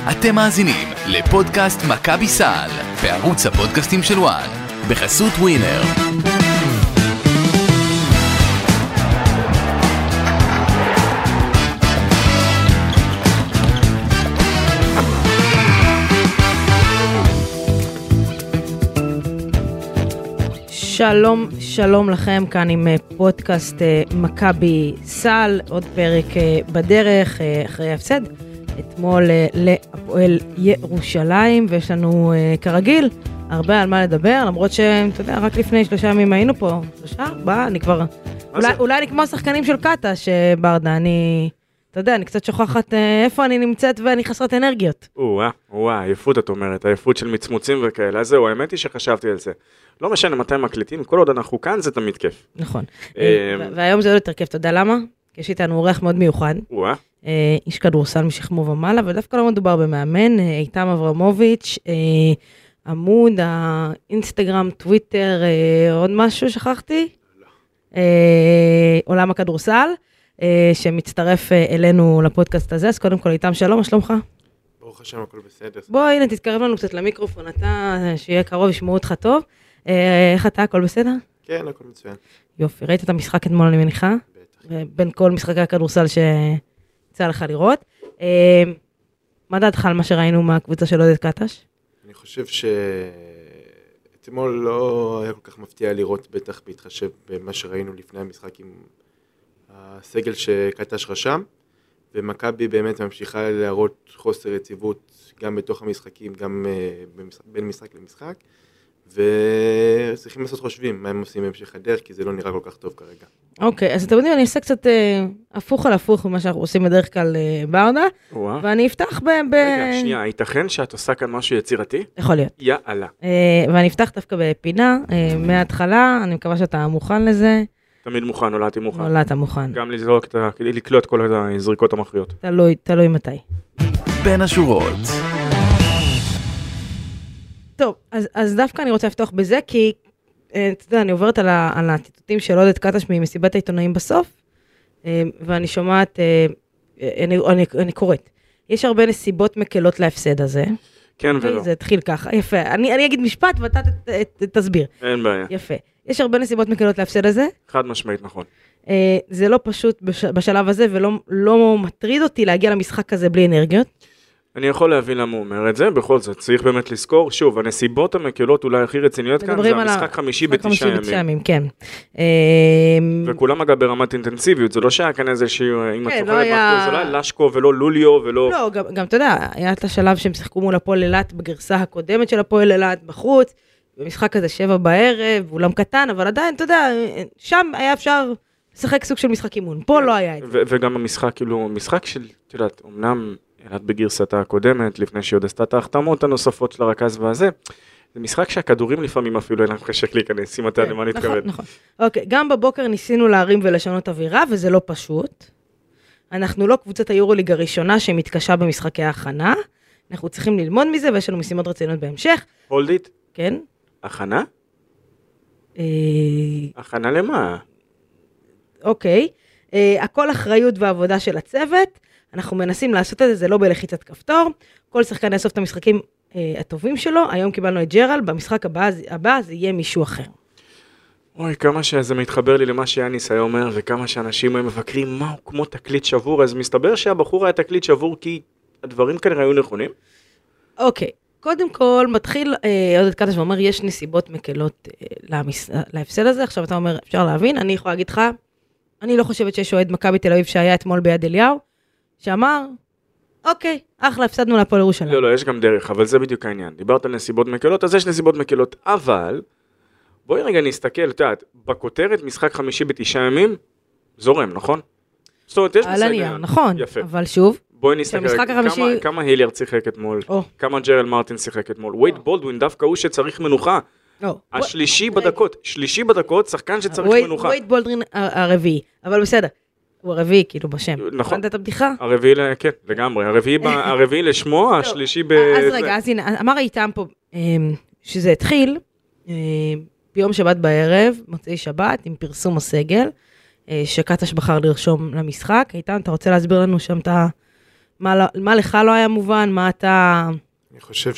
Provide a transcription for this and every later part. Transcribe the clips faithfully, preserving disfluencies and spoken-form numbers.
אתם מאזינים לפודקאסט מכבי סל, בערוץ הפודקאסטים של וואן, בחסות ווינר. שלום, שלום לכם, כאן עם פודקאסט מכבי סל, עוד פרק בדרך אחרי ההפסד, אתמול להפועל ירושלים, ויש לנו כרגיל הרבה על מה לדבר, למרות שאתה יודע, רק לפני שלושה ימים היינו פה, שלושה, ארבעה, אני כבר, אולי, אולי אני כמו השחקנים של קאטה, שברדה, אני, אתה יודע, אני קצת שוכחת איפה אני נמצאת ואני חסרת אנרגיות. או-אה, או-אה, עייפות את אומרת, עייפות של מצמוצים וכאלה, אז זהו, האמת היא שחשבתי על זה. לא משנה מתי מקליטים, כל עוד אנחנו כאן זה תמיד כיף. נכון, והיום זה עוד יותר כיף, אתה יודע למה? כי יש איתנו עורך מאוד מיוחד, איש כדורסל משכמו ומעלה, ודווקא לא מדובר במאמן, איתם אברמוביץ', עמוד, האינסטגרם, טוויטר, עוד משהו שכחתי? עולם הכדורסל, שמצטרף אלינו לפודקאסט הזה, אז קודם כל איתם שלום, מה שלומך? ברוך השם, הכל בסדר. בוא, הנה, תתקרב לנו קצת למיקרופון, אתה, שיהיה קרוב, ישמעו אותך טוב. איך אתה, הכל בסדר? כן, הכל מצוין. יופי, ראית את המשחק אתמול, אני מניחה? בטח. בין כל משחקי הכדורסל שיצא לך לראות. מה דעתך על מה שראינו מהקבוצה של עודד קטש? אני חושב שאתמול לא היה כל כך מפתיע לראות, בטח בהתחשב במה שראינו לפני המשחק עם הסגל שקטש רשם, ומכבי באמת ממשיכה להראות חוסר יציבות גם בתוך המשחקים, גם בין משחק למשחק, וצריכים לעשות חושבים מה הם עושים בהמשך הדרך, כי זה לא נראה כל כך טוב כרגע. אוקיי, אז אתם יודעים, אני אעשה קצת הפוך על הפוך ממה שאנחנו עושים בדרך כלל ברדה, ואני אפתח ב... רגע, שנייה, ייתכן שאת עושה כאן משהו יצירתי? יכול להיות. יאללה. ואני אפתח דווקא בפינה, מההתחלה, אני מקווה שאתה מוכן לזה. תמיד מוכן, נולדתי מוכן. נולדת מוכן. גם לקלוט כל הזריקות המכריעות. תלוי, תלוי מתי. בין השורות. טוב, אז, אז דווקא אני רוצה לפתוח בזה, כי אתה יודע, אני עוברת על, ה, על הציטוטים של עודד קטש ממסיבת העיתונאים בסוף, ואני שומעת, אני, אני, אני קוראת, יש הרבה נסיבות מקלות להפסד הזה. כן ולא. זה התחיל ככה, יפה. אני, אני אגיד משפט ואתה ת, ת, ת, תסביר. אין בעיה. יפה. יש הרבה נסיבות מקלות להפסד הזה. חד משמעית, נכון. זה לא פשוט בשלב הזה, ולא לא מטריד אותי להגיע למשחק הזה בלי אנרגיות. אני יכול להבין למה הוא אומר את זה, בכל זאת, צריך באמת לזכור, שוב, הנסיבות המקלות אולי הכי רציניות כאן, זה המשחק חמישי בתשעה ימים. בתשעה ימים, כן. וכולם אגב ברמת אינטנסיביות, זה לא שהיה כאן איזשהו, אם את זוכרת, זה לא היה לשקו ולא לוליו ולא... לא, גם אתה יודע, היה את השלב שהם שיחקו מול הפועל אילת בגרסה הקודמת של הפועל אילת בחוץ, במשחק הזה שבע בערב, אולם קטן, אבל עדיין, אתה יודע, שם היה אפשר לשחק סוג של משחק אימון, פה לא היה את זה. וגם המשחק, כאילו, משחק של, אתה יודעת, אמנם אילת בגרסתה הקודמת, לפני שהיא עוד עשתה את ההחתמות הנוספות של הרכז והזה, זה משחק שהכדורים לפעמים אפילו אינם חשק להיכנס, אם אתה למה נתכוון. נכון, נכון. אוקיי, גם בבוקר ניסינו להרים ולשנות אווירה, וזה לא פשוט. אנחנו לא קבוצת היורוליג הראשונה שמתקשה במשחקי ההכנה, אנחנו צריכים ללמוד מזה, ויש לנו משימות רציניות בהמשך. Hold it. כן. הכנה? הכנה למה? אוקיי. הכל אחריות ועבודה של הצוות, אנחנו מנסים לעשות את זה, זה לא בלחיצת כפתור, כל שחקן יאסוף את המשחקים הטובים שלו, היום קיבלנו את ג'רל, במשחק הבא, הבא זה יהיה מישהו אחר. אוי, כמה שזה מתחבר לי למה שיאניס היה אומר, וכמה שאנשים הם מבקרים, מה הוא כמו תקליט שבור, אז מסתבר שהבחור היה תקליט שבור, כי הדברים כנראה היו נכונים? אוקיי. קודם כל, מתחיל עודד קטש ואומר, יש נסיבות מקלות להפסד הזה, עכשיו אתה אומר, אפשר להבין, אני יכולה להגיד לך, אני לא חושבת שיש אוהד מכבי תל אביב שהיה אתמול ביד אליהו, שאמר, אוקיי, אחלה, הפסדנו להפועל ירושלים. לא, לא, יש גם דרך, אבל זה בדיוק העניין. דיברת על נסיבות מקלות, אז יש נסיבות מקלות, אבל, בואי רגע נסתכל, אתה יודעת, בכותרת, משחק חמישי בתשעה ימים, זורם, נכון? זאת אומרת, יש על הנייר, נכון, אבל שוב, בואי נסתכל, כמה, כמה היליארד שיחק אתמול, כמה ג'רל מרטין שיחק אתמול, וייד בולדווין דווקא הוא שצריך מנוחה, השלישי בדקות, שלישי בדקות, שחקן שצריך מנוחה. וייד בולדווין הרביעי, אבל בסדר, הוא הרביעי כאילו בשם. נכון. הבנת את הבדיחה? הרביעי, כן, לגמרי, הרביעי לשמו, השלישי ב... אז רגע, אז הנה, אמר איתם פה, שזה התחיל, ביום שבת בערב, מוצאי שבת, עם פרסום הסגל, שקטש בחר לרשום למשחק. איתן, אתה רוצה להסביר לנו שם את מה, לא- מה לך לא היה מובן? מה אתה... אני חושב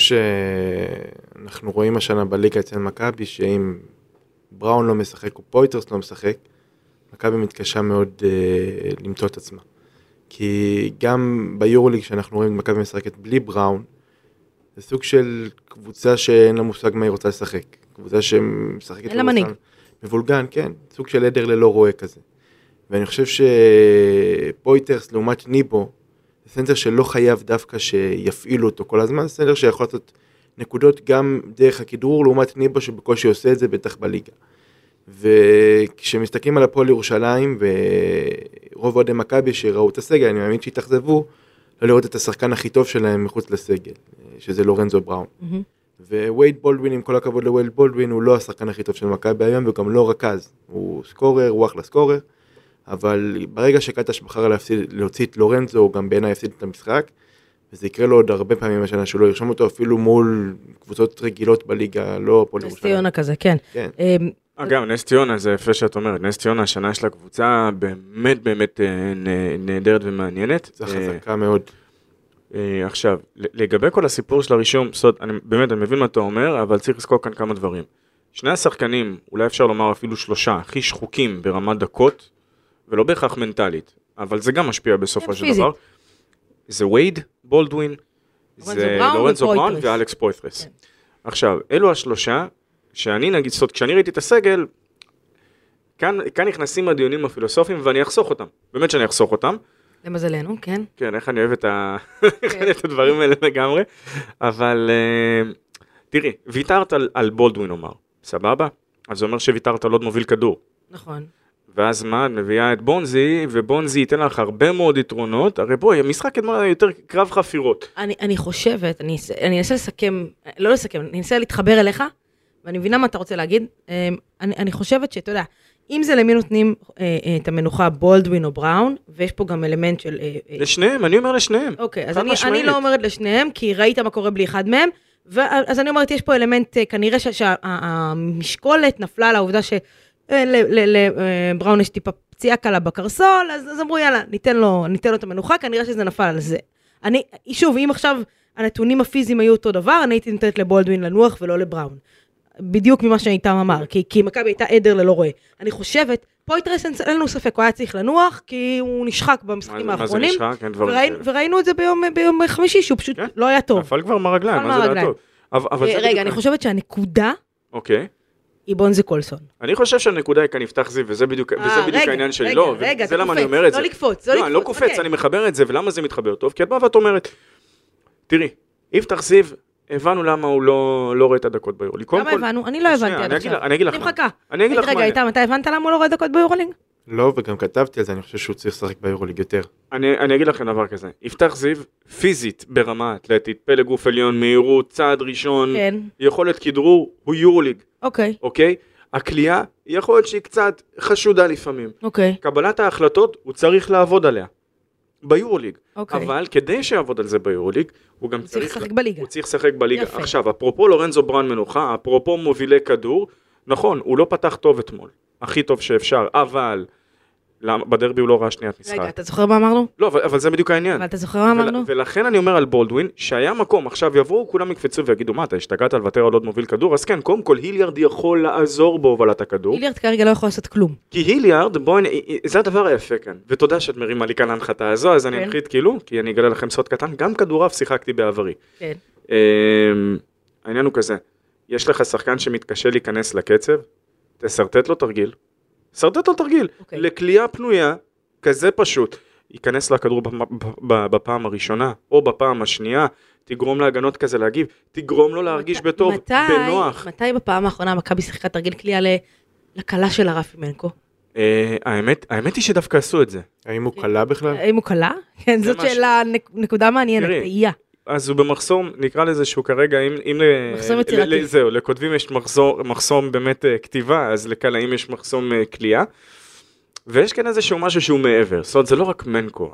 שאנחנו רואים השנה בליגה אצל מכבי, שאם בראון לא משחק או פויטרס לא משחק, מכבי מתקשה מאוד אה, למצוא את עצמה. כי גם ביורוליג שאנחנו רואים את מכבי משחקת בלי בראון, זה סוג של קבוצה שאין לה מושג מה היא רוצה לשחק. קבוצה שמשחקת... אין לה מנהיג. מבולגן, כן. סוג של עדר ללא רואה כזה. ואני חושב שפויטרס לעומת ניבו, זה סנטר שלא חייב דווקא שיפעילו אותו כל הזמן, זה סנטר שיכול לעשות נקודות גם דרך הכדרור, לעומת ניבו שבקושי עושה את זה בטח בליגה. וכשמסתכלים על הפועל ירושלים, ורוב אוהדי מכבי שראו את הסגל, אני מאמין שהתאכזבו, לא לראות את השחקן הכי טוב שלהם מחוץ לסגל, שזה לורנזו בראון. ווייד בולדווין, עם כל הכבוד לווייד בולדווין, הוא לא השחקן הכי טוב של מכבי היום, וגם לא רכז. הוא סקורר, הוא אחלה סקורר, אבל ברגע שקטש בחר להוציא את לורנזו, הוא גם בעיניי יפסיד את המשחק, וזה יקרה לו עוד הרבה פעמים השנה שהוא לא ירשום אותו, אפילו מול קבוצות רגילות בליגה, לא הפועל ירושלים. נס ציונה כזה, כן. כן. אגב, נס ציונה, זה יפה שאת אומרת, נס ציונה, השנה יש לה קבוצה באמת באמת נהדרת ומעניינת. זה חזקה מאוד. עכשיו, לגבי כל הסיפור של הרישום, סוד, אני, באמת, אני מבין מה אתה אומר, אבל צריך לזכור כאן כמה דברים. שני השחקנים, אולי אפשר לומר אפילו שלושה, הכי שחוקים ברמת דקות, ולא בהכרח מנטלית, אבל זה גם משפיע בסופו של דבר. זה וייד, בולדווין, זה לורנזו בראון ואלכס פויטרס. עכשיו, אלו השלושה, שאני נגיד, סוד, כשאני ראיתי את הסגל, כאן, כאן נכנסים הדיונים הפילוסופיים, ואני אחסוך אותם. באמת שאני אחסוך אותם. למזלנו, כן. כן, איך אני אוהב את, ה... את הדברים האלה לגמרי. אבל uh, תראי, ויתרת על, על בולדווין, אומר. סבבה? אז זה אומר שוויתרת על עוד מוביל כדור. נכון. ואז מה? מביאה את בונזי, ובונזי ייתן לך הרבה מאוד יתרונות. הרי בואי, המשחק אתמול היה יותר קרב חפירות. אני, אני חושבת, אני, אני אנסה לסכם, לא לסכם, אני אנסה להתחבר אליך, ואני מבינה מה אתה רוצה להגיד. אני, אני חושבת שאתה יודע, אם זה למי נותנים אה, אה, את המנוחה בולדווין או בראון, ויש פה גם אלמנט של... אה, לשניהם, אני אומר לשניהם. אוקיי, אז אני, אני לא אומרת לשניהם, כי ראית מה קורה בלי אחד מהם, ואז אני אומרת, יש פה אלמנט, אה, כנראה שהמשקולת נפלה על העובדה שלבראון יש טיפה פציעה קלה בקרסול, אז, אז אמרו, יאללה, ניתן לו, ניתן לו את המנוחה, כנראה שזה נפל על זה. אני, שוב, אם עכשיו הנתונים הפיזיים היו אותו דבר, אני הייתי נותנת לבולדווין לנוח ולא לבראון. בדיוק ממה שאיתם אמר, כי, כי מכבי הייתה עדר ללא רואה. אני חושבת, פויטרס אין לנו ספק, הוא היה צריך לנוח, כי הוא נשחק במשחקים האחרונים, וראינו את זה ביום, ביום חמישי, שהוא פשוט כן? לא היה טוב. נפל כבר מרגליים, מה זה לא טוב? אבל, אבל רגע, אני חושבת שהנקודה, אוקיי. היא בונזי קולסון. אני חושב שהנקודה היא כאן יפתח זיו, וזה בדיוק, 아, וזה בדיוק רגע, העניין שלי. רגע, לא, רגע, וזה למה אני אומר את זה. לא לקפוץ, לא לקפוץ. לא, אני לא קופץ, אני מחבר את זה, ולמה זה מתחבר טוב? כי את באה ואת אומרת, תראי, יפתח זיו, הבנו למה הוא לא, לא רואה את הדקות ביורלינג. למה הבנו? אני לא הבנתי עד עכשיו. אני אגיד לך. אני מחכה. רגע, איתם, אתה הבנת למה הוא לא רואה דקות ביורלינג? לא, וגם כתבתי על זה, אני חושב שהוא צריך לשחק ביורלינג יותר. אני, אני אגיד לכם דבר כזה. יפתח זיו, פיזית, ברמה אתלטית, פלא גוף עליון, מהירות, צעד ראשון, כן. יכולת כדרור, הוא יורלינג. אוקיי. אוקיי? הקליעה, יכול להיות שהיא קצת חשודה לפעמים. אוקיי. קבלת ההחלטות, הוא צריך לעבוד עליה. ביורוליג. אוקיי. אבל כדי שיעבוד על זה ביורוליג, הוא גם צריך... צריך לשחק בליגה. הוא צריך לשחק בליגה. יפה. עכשיו, אפרופו לורנזו בראון מנוחה, אפרופו מובילי כדור, נכון, הוא לא פתח טוב אתמול. הכי טוב שאפשר, אבל... בדרבי הוא לא ראה שניית משחק. רגע, אתה זוכר מה אמרנו? לא, אבל, אבל זה בדיוק העניין. אבל אתה זוכר מה אמרנו? ולכן אני אומר על בולדווין, שהיה מקום, עכשיו יבואו, כולם יקפצו ויגידו, מה, אתה השתגעת על לוותר על עוד מוביל כדור? אז כן, קודם כל, היליארד יכול לעזור בהובלת הכדור. היליארד כרגע לא יכול לעשות כלום. כי היליארד, בואי, זה הדבר היפה כאן. ותודה שאת מרימה לי כאן להנחתה הזו, אז אני אנחית כאילו, כי אני אגלה לכם סוד קטן, גם כדורף שיחקתי בעברי. כן. העניין הוא כזה, יש לך שחקן שמתקשה להיכנס לקצב, תסרטט לו תרגיל, סרטט לו תרגיל, לקליעה פנויה, כזה פשוט, ייכנס לכדור בפעם הראשונה, או בפעם השנייה, תגרום להגנות כזה להגיב, תגרום לו להרגיש בטוב, בנוח. מתי בפעם האחרונה מכבי שיחקה תרגיל קליעה לקלה של הרפי מנקו? האמת, האמת היא שדווקא עשו את זה. האם הוא קלה בכלל? האם הוא קלה? כן, זאת שאלה, נקודה מעניינת, תהייה. אז הוא במחסום, נקרא לזה שהוא כרגע, אם מחסום יצירתי. זהו, לכותבים יש מחסום באמת כתיבה, אז לקלעים יש מחסום קליעה, ויש כאן איזשהו משהו שהוא מעבר, זאת אומרת, זה לא רק מנקו,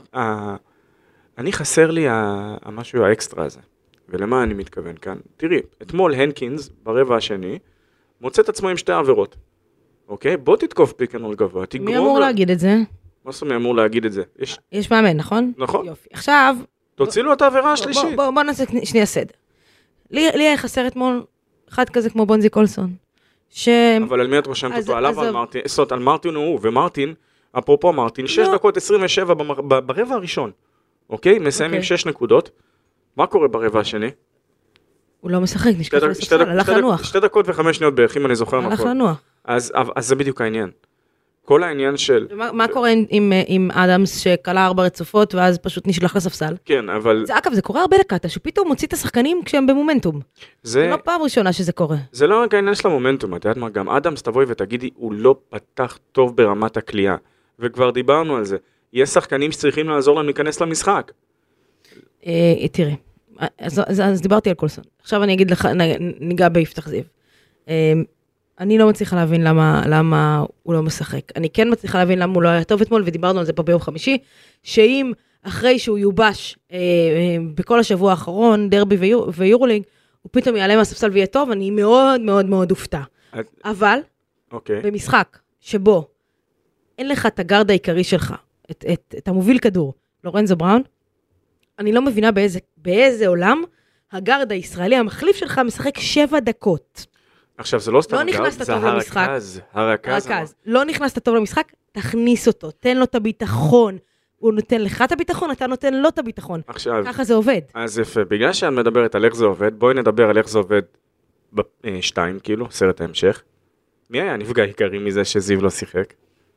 אני חסר לי המשהו האקסטרה הזה, ולמה אני מתכוון כאן? תראי, אתמול הנקינס, ברבע השני, מוצא את עצמו עם שתי עבירות, אוקיי? בוא תתקוף פיקנול גבוה, מי אמור להגיד את זה? מסומי אמור להגיד את זה. יש, יש מאמן, נכון? נכון. יופי. עכשיו... תוציא לו את העבירה השלישית. בוא, בוא, בוא נעשה שנייה סדר. לי, לי היה חסר אתמול אחד כזה כמו בונזי קולסון. ש... אבל על מי את רושמת אז- אותו? עליו אז- על מרטין? זאת אומרת, על מרטין הוא, ומרטין, אפרופו מרטין, שש לא. דקות עשרים ושבע במר- ב- ברבע הראשון. אוקיי? מסיים עם אוקיי. שש נקודות. מה קורה ברבע השני? הוא לא משחק, שתי נשכח דק- לספסל, שתי דק- הלך שתי דק- לנוח. שתי דקות וחמש שניות בערך, אם אני זוכר הלך נכון. לנוח. אז אז זה בדיוק העניין. כל העניין של... ומה- מה קורה עם- עם- עם אדמס שקלה ארבע רצופות ואז פשוט נשלח לספסל? כן, אבל זה אגב, זה קורה הרבה לקאטה, שהוא פתאום מוציא את השחקנים כשהם במומנטום. זה זה... לא פעם ראשונה שזה קורה. זה לא רק העניין של המומנטום, את יודעת מה, גם אדמס תבואי ותגידי, הוא לא פתח טוב ברמת הקליעה, וכבר דיברנו על זה. יש שחקנים שצריכים לעזור להם להיכנס למשחק. אה, תראי, אז, אז, אז דיברתי על קולסון. עכשיו אני אגיד לך, נ- ניגע ביפתח זיו. אה, אני לא מצליחה להבין למה, למה הוא לא משחק. אני כן מצליחה להבין למה הוא לא היה טוב אתמול, ודיברנו על זה פה ביום חמישי, שאם אחרי שהוא יובש אה, אה, בכל השבוע האחרון, דרבי ויור, ויורוליג, הוא פתאום יעלה מהספסל ויהיה טוב, אני מאוד מאוד מאוד אופתע. את- אבל, אוקיי. במשחק שבו אין לך את הגארד העיקרי שלך, את, את, את המוביל כדור, לורנזו בראון, אני לא מבינה באיזה, באיזה עולם הגארד הישראלי המחליף שלך משחק שבע דקות. עכשיו, זה לא סתם לא הגארד, נכנסת זה טוב למשחק. הרכז. הרכז. רכז, לא נכנסת טוב למשחק, תכניס אותו, תן לו את הביטחון. הוא נותן לך את הביטחון, אתה נותן לו את הביטחון. עכשיו, ככה זה עובד. אז יפה, בגלל שאת מדברת על איך זה עובד, בואי נדבר על איך זה עובד בשתיים, כאילו, סרט ההמשך. מי היה הנפגע העיקרי מזה שזיו לא שיחק?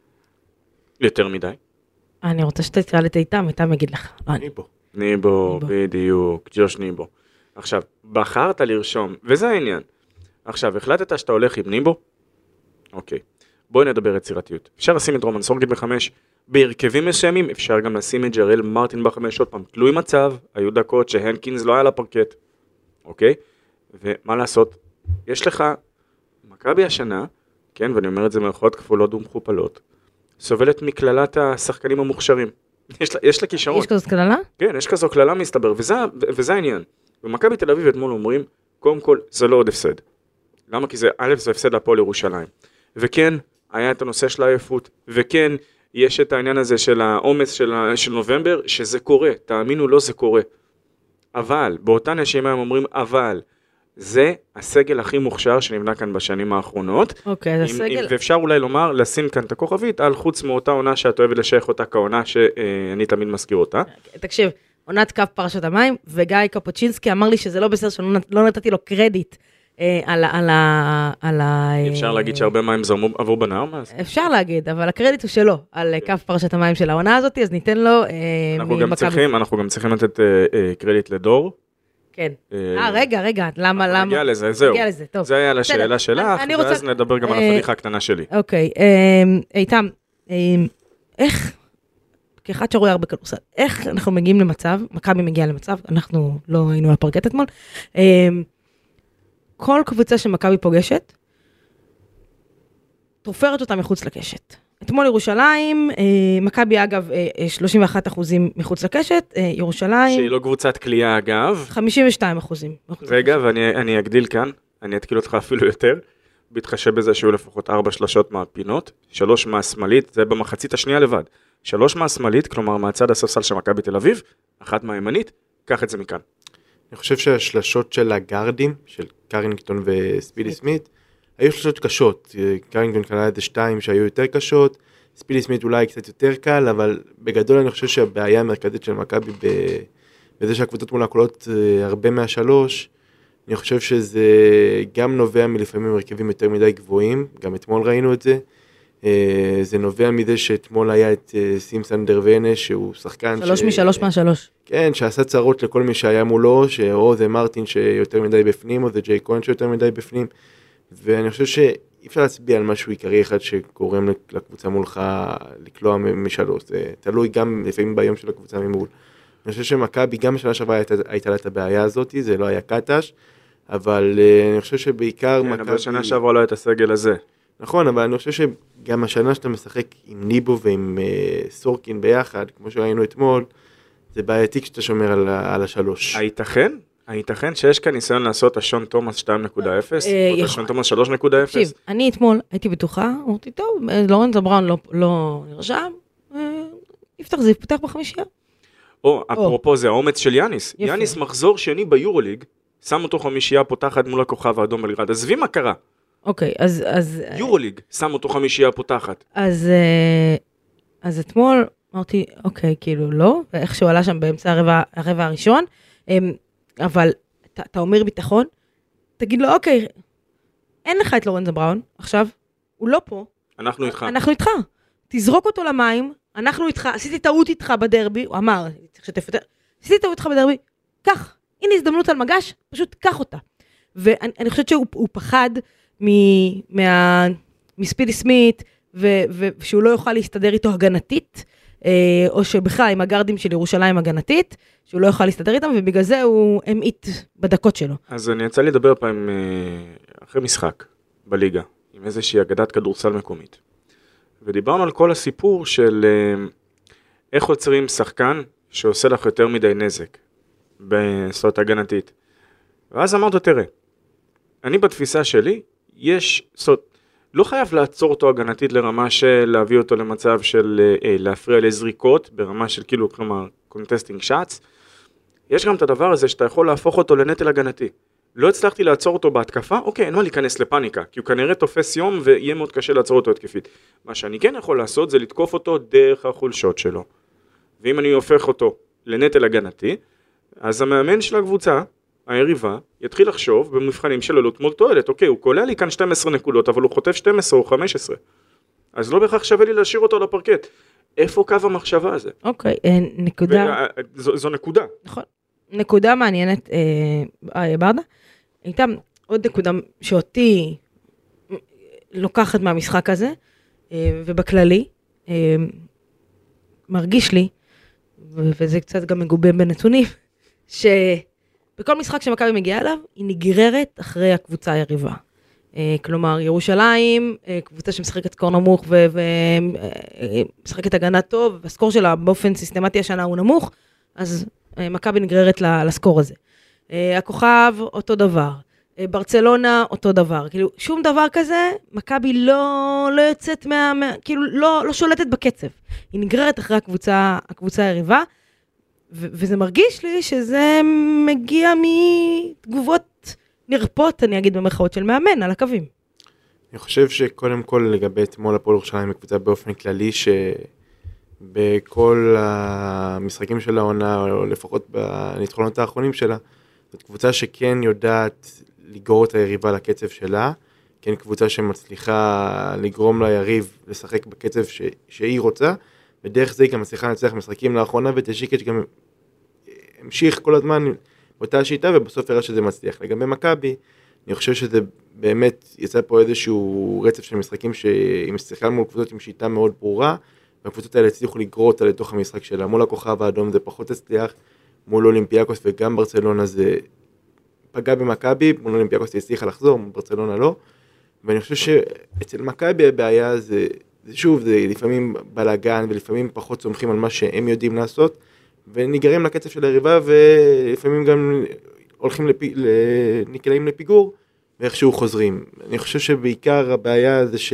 יותר מדי. אני רוצה שתתראה את איתם, איתם יגיד לך. לא, אני. ניבו. ניבו, ניבו. בדיוק, ג'וש ניבו. עכשיו, בחרת לרשום, וזה העניין. עכשיו, החלטת שאתה הולך עם ניבו? אוקיי. בואי נדבר יצירתיות. אפשר לשים את רומן סורגית בחמש, בהרכבים מסוימים אפשר גם לשים את ג'רל מרטין בחמש, עוד פעם, תלוי מצב, היו דקות שהנקינס לא היה לפרקט, אוקיי? ומה לעשות? יש לך, מכבי השנה, כן, ואני אומר את זה מערכות כפולות ומכופלות, סובלת מכללת השחקנים המוכשרים. יש לה, יש לה כישרון. יש כזאת כללה? כן, יש כזו כללה מסתבר, וזה, וזה העניין. במכבי תל אביב אתמול אומרים, קודם כל, זה לא עוד הפסד. למה? כי זה, א', זה הפסד להפועל ירושלים. וכן, היה את הנושא של העייפות, וכן, יש את העניין הזה של העומס של, ה- של נובמבר, שזה קורה, תאמינו לא, זה קורה. אבל, באותה נשימה הם אומרים, אבל, זה הסגל הכי מוכשר שנבנה כאן בשנים האחרונות. אוקיי, אז אם- הסגל... אם- ואפשר אולי לומר, לשים כאן את הכוכבית, על חוץ מאותה עונה שאת אוהבת לשייך אותה כעונה שאני תמיד מזכיר אותה. תקשיב, עונת קו פרשת המים, וגיא קפוצ'ינסקי אמר לי שזה לא בסדר, שלא נת- לא נתתי לו קרדיט אה, על ה... על ה... על ה- אפשר להגיד שהרבה מים זרמו עבור בנהר מאז. אפשר להגיד, אבל הקרדיט הוא שלו, על אה, קו פרשת המים של העונה הזאת, אז ניתן לו אה, אנחנו גם ממכבי. צריכים, אנחנו גם צריכים לתת אה, אה, קרדיט לדור. כן. אה, אה, רגע, רגע, למה, למה? נגיע לזה, זהו. נגיע לזה, טוב. זה היה על השאלה בסדר. שלך, אני- אני רוצה- ואז נדבר גם על אה, הפדיחה הקטנה שלי. אוקיי, אה, איתם, אה, איך, כאחד שרואה הרבה כדורסל, איך אנחנו מגיעים למצב, מכבי מגיעה למצב, אנחנו לא היינו על הפרקט אתמול, אה, כל קבוצה שמכבי פוגשת, תופרת אותה מחוץ לקשת. אתמול ירושלים, אה, מכבי אגב אה, אה, שלושים ואחד אחוזים מחוץ לקשת, אה, ירושלים, שהיא לא קבוצת קליעה אגב. חמישים ושתיים אחוזים. מחוץ רגע, ואני אני אגדיל כאן, אני אתקיל אותך אפילו יותר, בהתחשב בזה שהיו לפחות ארבע שלשות מהפינות, שלוש מהשמאלית, זה במחצית השנייה לבד. שלוש מהשמאלית, כלומר מהצד הספסל של מכבי תל אביב, אחת מהימנית, קח את זה מכאן. אני חושב שהשלשות של הגארדים, של קרינגטון וספידי סמית, היו שלשות קשות. קרינגטון קנה איזה שתיים שהיו יותר קשות, ספידי סמית אולי קצת יותר קל, אבל בגדול אני חושב שהבעיה המרכזית של מכבי ב- בזה שהקבוצות מול הקולות אה, הרבה מהשלוש, אני חושב שזה גם נובע מלפעמים הרכבים יותר מדי גבוהים, גם אתמול ראינו את זה. אה, זה נובע מזה שאתמול היה את אה, סימסון דרווינה, שהוא שחקן שלוש משלוש מהשלוש. כן, שעשה צרות לכל מי שהיה מולו, שאו זה מרטין שיותר מדי בפנים, או זה ג'יי כהן שיותר מדי בפנים, ואני חושב שאי אפשר להצביע על משהו עיקרי אחד שגורם לקבוצה מולך לקלוע משלוש, זה תלוי גם לפעמים ביום של הקבוצה ממול. אני חושב שמכבי גם בשנה שעברה הייתה, הייתה לה את הבעיה הזאת, זה לא היה קטש, אבל אני חושב שבעיקר כן, מכבי... אבל שנה שעברה לא את הסגל הזה. נכון, אבל אני חושב שגם השנה שאתה משחק עם ניבו ועם uh, סורקין ביחד, כמו שראינו אתמול, זה בעייתי כשאתה שומר על, על השלוש. הייתכן? הייתכן שיש כאן ניסיון לעשות השון תומאס שתיים נקודה אפס, אה, או יכול. השון תומאס שלוש נקודה אפס? תקשיב, אני אתמול הייתי בטוחה, אמרתי, טוב, לורנזו בראון לא, לא נרשם, אה, יפתח זיו פותח בחמישייה. או, אפרופו זה האומץ של יאניס. יפה. יאניס מחזור שני ביורוליג, שם אותו חמישייה פותחת מול הכוכב האדום בלגרד. עזבי מה קרה. אוקיי, אז... אז יורוליג, שם אותו חמישייה פותחת. אז, אה, אז אתמול אמרתי, אוקיי, כאילו לא, ואיך שהוא עלה שם באמצע הרבע, הרבע הראשון, אמ, אבל אתה, אתה אומר ביטחון, תגיד לו, אוקיי, אין לך את לורנזו בראון, עכשיו, הוא לא פה. אנחנו איתך. אנחנו איתך. תזרוק אותו למים, אנחנו איתך, עשיתי טעות איתך בדרבי, הוא אמר, צריך שתף יותר, עשיתי טעות איתך בדרבי, קח, הנה הזדמנות על מגש, פשוט קח אותה. ואני אני חושבת שהוא הוא פחד מ, מה, מספידי סמית, ו, ושהוא לא יוכל להסתדר איתו הגנתית, אה, או שבכלל עם הגרדים של ירושלים הגנתית, שהוא לא יוכל להסתדר איתם, ובגלל זה הוא המעיט בדקות שלו. אז אני יצא לי לדבר פעם אחרי משחק בליגה, עם איזושהי אגדת כדורסל מקומית. ודיברנו על כל הסיפור של איך עוצרים שחקן שעושה לך יותר מדי נזק בסוד הגנתית. ואז אמרתי, תראה, אני בתפיסה שלי, יש, סוד, לא חייב לעצור אותו הגנתית לרמה של להביא אותו למצב של אה, להפריע לזריקות, ברמה של כאילו, כלומר, contesting shots. יש גם את הדבר הזה שאתה יכול להפוך אותו לנטל הגנתי. לא הצלחתי לעצור אותו בהתקפה, אוקיי, אין מה להיכנס לפאניקה, כי הוא כנראה תופס יום ויהיה מאוד קשה לעצור אותו התקפית. מה שאני כן יכול לעשות זה לתקוף אותו דרך החולשות שלו. ואם אני הופך אותו לנטל הגנתי, אז המאמן של הקבוצה, היריבה, יתחיל לחשוב במבחנים של עלות מול תועלת. אוקיי, הוא קולע לי כאן שתים עשרה נקודות, אבל הוא חוטף שתים עשרה או חמש עשרה. אז לא בהכרח שווה לי להשאיר אותו לפרקט. איפה קו המחשבה הזה? אוקיי, נקודה. זו, זו נקודה. נכון. נקודה מעניינת, אה, ברדה. הייתה עוד נקודה שאותי לוקחת מהמשחק הזה, אה, ובכללי, אה, מרגיש לי, וזה קצת גם מגובה בנתונים, שבכל משחק שמכבי מגיעה אליו, היא נגררת אחרי הקבוצה היריבה. כלומר, ירושלים, קבוצה שמשחקת סקור נמוך ומשחקת הגנה טוב, והסקור שלה באופן סיסטמטי השנה הוא נמוך, אז מכבי נגררת לסקור הזה. הכוכב, אותו דבר. ברצלונה, אותו דבר. כאילו, שום דבר כזה, מכבי לא, לא יוצאת מה, מה כאילו, לא, לא שולטת בקצב. היא נגררת אחרי הקבוצה, הקבוצה היריבה, ו- וזה מרגיש לי שזה מגיע מתגובות נרפות, אני אגיד במרכאות של מאמן, על הקווים. אני חושב שקודם כל לגבי אתמול הפועל ירושלים הקבוצה באופן כללי, שבכל המשחקים של העונה, או לפחות בניצחונות האחרונים שלה, זאת קבוצה שכן יודעת לגרור את היריבה לקצב שלה, כן קבוצה שמצליחה לגרום ליריב לשחק בקצב ש... שהיא רוצה, ודרך זה היא גם מצליחה לנצח משחקים לאחרונה, ותשיקץ' גם המשיך כל הזמן באותה שיטה, ובסוף הראה שזה מצליח. לגבי מכבי, אני חושב שזה באמת יצא פה איזשהו רצף של משחקים שהיא מצליחה מול קבוצות עם שיטה מאוד ברורה, והקבוצות האלה הצליחו לגרור אותה לתוך המשחק שלה. מול הכוכב האדום זה פחות הצליח, מול אולימפיאקוס וגם ברצלונה זה פגע במכבי, מול אולימפיאקוס היא הצליחה לחזור, מול ברצלונה לא. ואני חושב שאצל מכבי הבעיה זה, זה שוב, זה לפעמים בלגן ולפעמים פחות סומכים על מה שהם יודעים לעשות, ונגררים לקצב של היריבה ולפעמים גם הולכים לפ... נקלעים לפיגור ואיכשהו חוזרים. אני חושב שבעיקר הבעיה זה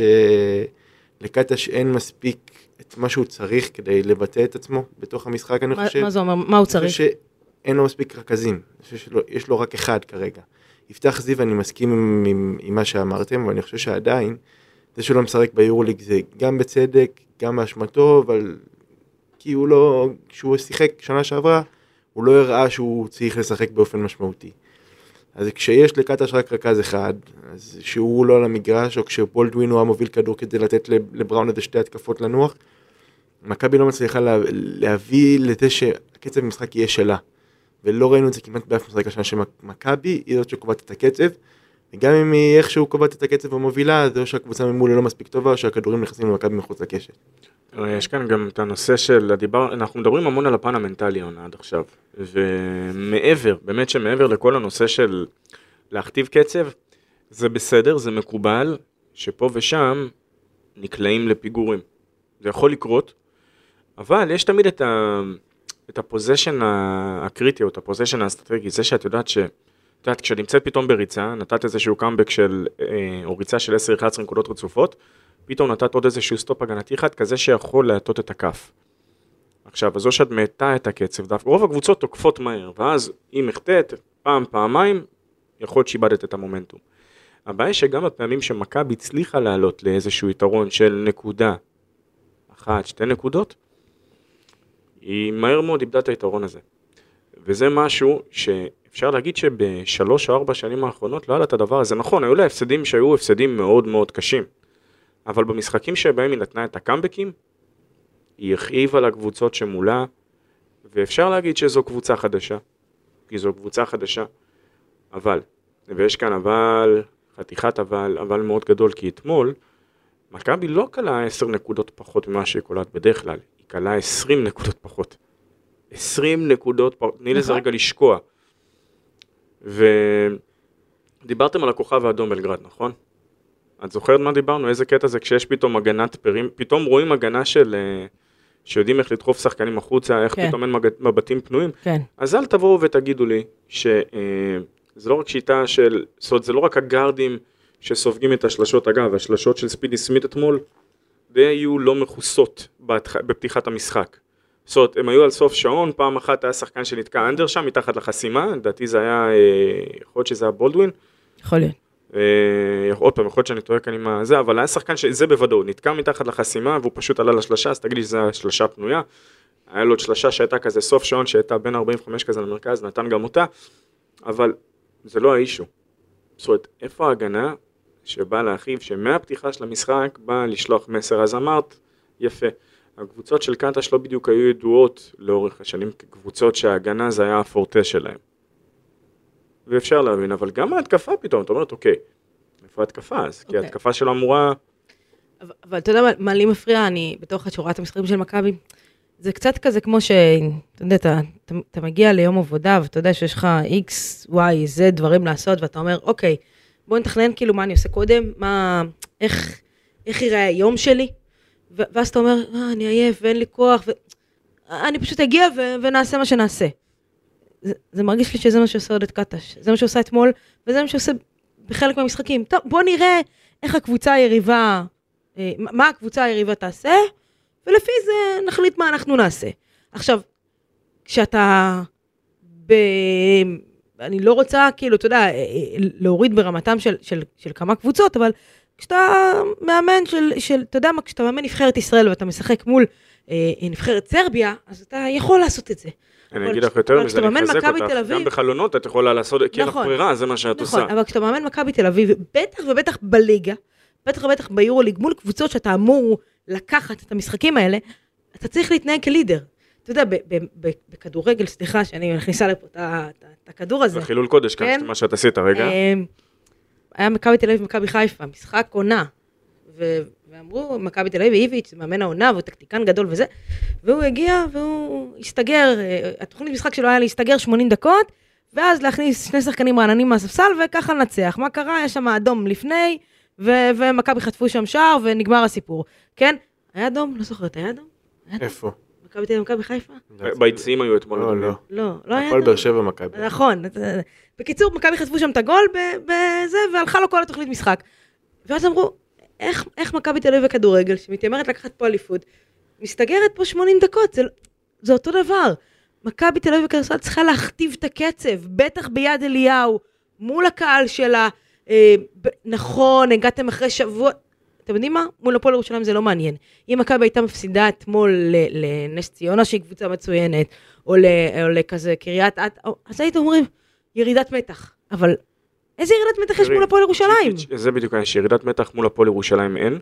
שלקטש אין מספיק את מה שהוא צריך כדי לבטא את עצמו בתוך המשחק, אני חושב. מה זה אומר? מה הוא צריך? אני חושב שאין לו מספיק רכזים, אני חושב שיש לו רק אחד כרגע. יפתח זיו, אני מסכים עם, עם, עם מה שאמרתם, אבל אני חושב שעדיין, זה שלא משחק ביורוליג זה גם בצדק, גם באשמתו, אבל כי הוא לא, כשהוא שיחק שנה שעברה, הוא לא הראה שהוא צריך לשחק באופן משמעותי. אז כשיש לקטש רק רכז אחד, אז שהוא לא על המגרש, או כשבולדווין הוא המוביל כדור כדי לתת לבראון איזה שתי התקפות לנוח, מכבי לא מצליחה לה, להביא לזה שהקצב במשחק יהיה שלה. ולא ראינו את זה כמעט באף משחק השנה שמכבי היא זאת שקובעת את הקצב, וגם אם היא איכשהו קובעת את הקצב המובילה, זה או שהקבוצה ממול לא מספיק טובה, או שהכדורים נכנסים למכבי מחוץ לקשת. יש כאן גם את הנושא של הדיבר, אנחנו מדברים המון על הפן המנטלי עד עכשיו, ומעבר, באמת שמעבר לכל הנושא של להכתיב קצב, זה בסדר, זה מקובל, שפה ושם נקלעים לפיגורים. זה יכול לקרות, אבל יש תמיד את ה... את הפוזיישן הקריטי, או את הפוזיישן האסטרטגי, זה שאת יודעת ש... את יודעת, כשנמצאת פתאום בריצה, נתת איזשהו קאמבק של, או ריצה של עשר אחת עשרה נקודות רצופות, פתאום נתת עוד איזשהו סטופ הגנתי אחד, כזה שיכול להטות את הכף. עכשיו, אז או שאת מאטה את הקצב, דווקא רוב הקבוצות תוקפות מהר, ואז אם החטאת פעם, פעמיים, יכול להיות שאיבדת את המומנטום. הבעיה שגם הפעמים שמכבי הצליחה לעלות לאיזשהו יתרון של נקודה, אחת, שתי נקודות, היא מהר מאוד איבדה את היתרון הזה. וזה משהו שאפשר להגיד שבשלוש או ארבע שנים האחרונות לא היה לה את הדבר הזה. נכון, היו לה הפסדים שהיו הפסדים מאוד מאוד קשים, אבל במשחקים שבהם היא נתנה את הקאמבקים, היא הכאיבה לקבוצות שמולה, ואפשר להגיד שזו קבוצה חדשה, כי זו קבוצה חדשה, אבל, ויש כאן אבל, חתיכת אבל, אבל מאוד גדול, כי אתמול, מכבי לא קלה עשר נקודות פחות ממה שהיא קולט בדרך כלל, היא קלה עשרים נקודות פחות. עשרים נקודות פחות, תני לזה רגע לשקוע. ודיברתם על הכוכב האדום בלגרד, נכון? את זוכרת מה דיברנו? איזה קטע זה כשיש פתאום הגנת פרים, פתאום רואים הגנה של, שיודעים איך לדחוף שחקנים החוצה, איך כן. פתאום אין מבטים פנויים. כן. אז אל תבואו ותגידו לי שזה לא רק שיטה של, זאת אומרת, זה לא רק הגארדים שסופגים את השלשות, אגב, השלשות של ספידי סמית אתמול, די היו לא מחוסות בפתיחת המשחק. זאת אומרת, הם היו על סוף שעון, פעם אחת היה שחקן שנתקע אנדר שם, מתחת לחסימה, לדעתי זה היה, יכול להיות שזה היה בולדווין. יכול להיות. עוד פעם, יכול להיות שאני טועה כאן עם זה, אבל היה שחקן שזה בוודאו, נתקע מתחת לחסימה, והוא פשוט עלה לשלשה, אז תגיד לי שזה היה שלשה פנויה, היה לו עוד שלשה שהייתה כזה סוף שעון, שהייתה בין ארבעים וחמש כזה למרכז, נתן גם אותה, אבל זה לא האישו. זאת אומרת, איפה ההגנה שבאה להרחיב, שמהפתיחה של המשחק באה לשלוח מסר, אז אמרת, יפה. הקבוצות של קנטש לא בדיוק היו ידועות לאורך השנים, כקבוצות שההגנה זה היה הפורטה שלהם. ואפשר להבין, אבל גם ההתקפה פתאום, אתה אומרת, אוקיי, איפה ההתקפה אז? כי ההתקפה שלו אמורה... אבל אתה יודע מה לי מפריע, אני בתוך שורת המשחקים של מכבי, זה קצת כזה כמו ש... אתה יודע, אתה, אתה מגיע ליום עבודה, ואתה יודע שיש לך X, Y, Z דברים לעשות, ואתה אומר, אוקיי, בוא נתכנן כאילו מה אני עושה קודם, מה, איך, איך יראה היום שלי, ו- ואז אתה אומר, אה, אני עייף ואין לי כוח, ואני פשוט אגיע ו- ונעשה מה שנעשה. זה, זה מרגיש לי שזה מה שעושה עוד את קטש, זה מה שעושה אתמול, וזה מה שעושה בחלק מהמשחקים. טוב, בוא נראה איך הקבוצה היריבה, אה, מה הקבוצה היריבה תעשה, ולפי זה נחליט מה אנחנו נעשה. עכשיו, כשאתה, ב... אני לא רוצה, כאילו, אתה יודע, להוריד ברמתם של, של, של כמה קבוצות, אבל כשאתה מאמן של, של, אתה יודע מה, כשאתה מאמן נבחרת ישראל, ואתה משחק מול אה, נבחרת סרביה, אז אתה יכול לעשות את זה. אני אגיד לך יותר מזה, אני מחזק אותך, גם בחלונות את יכולה לעשות, כי אין לך ברירה, זה מה שאת עושה. נכון, אבל כשאתה מאמן מכבי תל אביב, בטח ובטח בליגה, בטח ובטח ביורוליג, מול קבוצות שאתה אמור לקחת את המשחקים האלה, אתה צריך להתנהג כלידר. אתה יודע, בכדורגל, סליחה, שאני מכניסה לפה את הכדור הזה. זה חילול קודש, כאן, מה שאת עשית הרגע. היה מכבי תל אביב ומכבי חיפה, משחק עונה, ואמרו, מכבי תל אביב, איביץ', מאמן העונה, והוא טקטיקן גדול וזה, והוא הגיע והוא הסתגר, התוכנית משחק שלו היה להסתגר שמונים דקות, ואז להכניס שני שחקנים רעננים מהספסל, וככה לנצח. מה קרה? יש שם אדום לפני, ומכבי חטפו שם שער, ונגמר הסיפור. כן? היה אדום? לא זוכרת, היה אדום? איפה? מכבי תל אביב ומכבי חיפה? ביציעים היו אתמול. לא, לא. לא, לא היה הכל באר שבע מכבי. נכון. בקיצור, מכבי חטפו שם את הגול בזה, והלכה לו כל התוכנית משחק. ואז אמרו, איך, איך מכבי תל אביב בכדורגל, שמתיימרת לקחת פה אליפות, מסתגרת פה שמונים דקות, זה, זה אותו דבר. מכבי תל אביב בכדורסל צריכה להכתיב את הקצב, בטח ביד אליהו, מול הקהל שלה, אה, ב, נכון, הגעתם אחרי שבוע, אתם יודעים מה? מול הפועל ירושלים זה לא מעניין. אם מכבי הייתה מפסידה אתמול לנס ציונה, שהיא קבוצה מצוינת, או, ל, או לכזה קריית, אז הייתם אומרים, ירידת מתח, אבל... איזה ירידת מתח יש מול הפועל ירושלים? זה בדיוק, יש ירידת מתח מול הפועל ירושלים אין,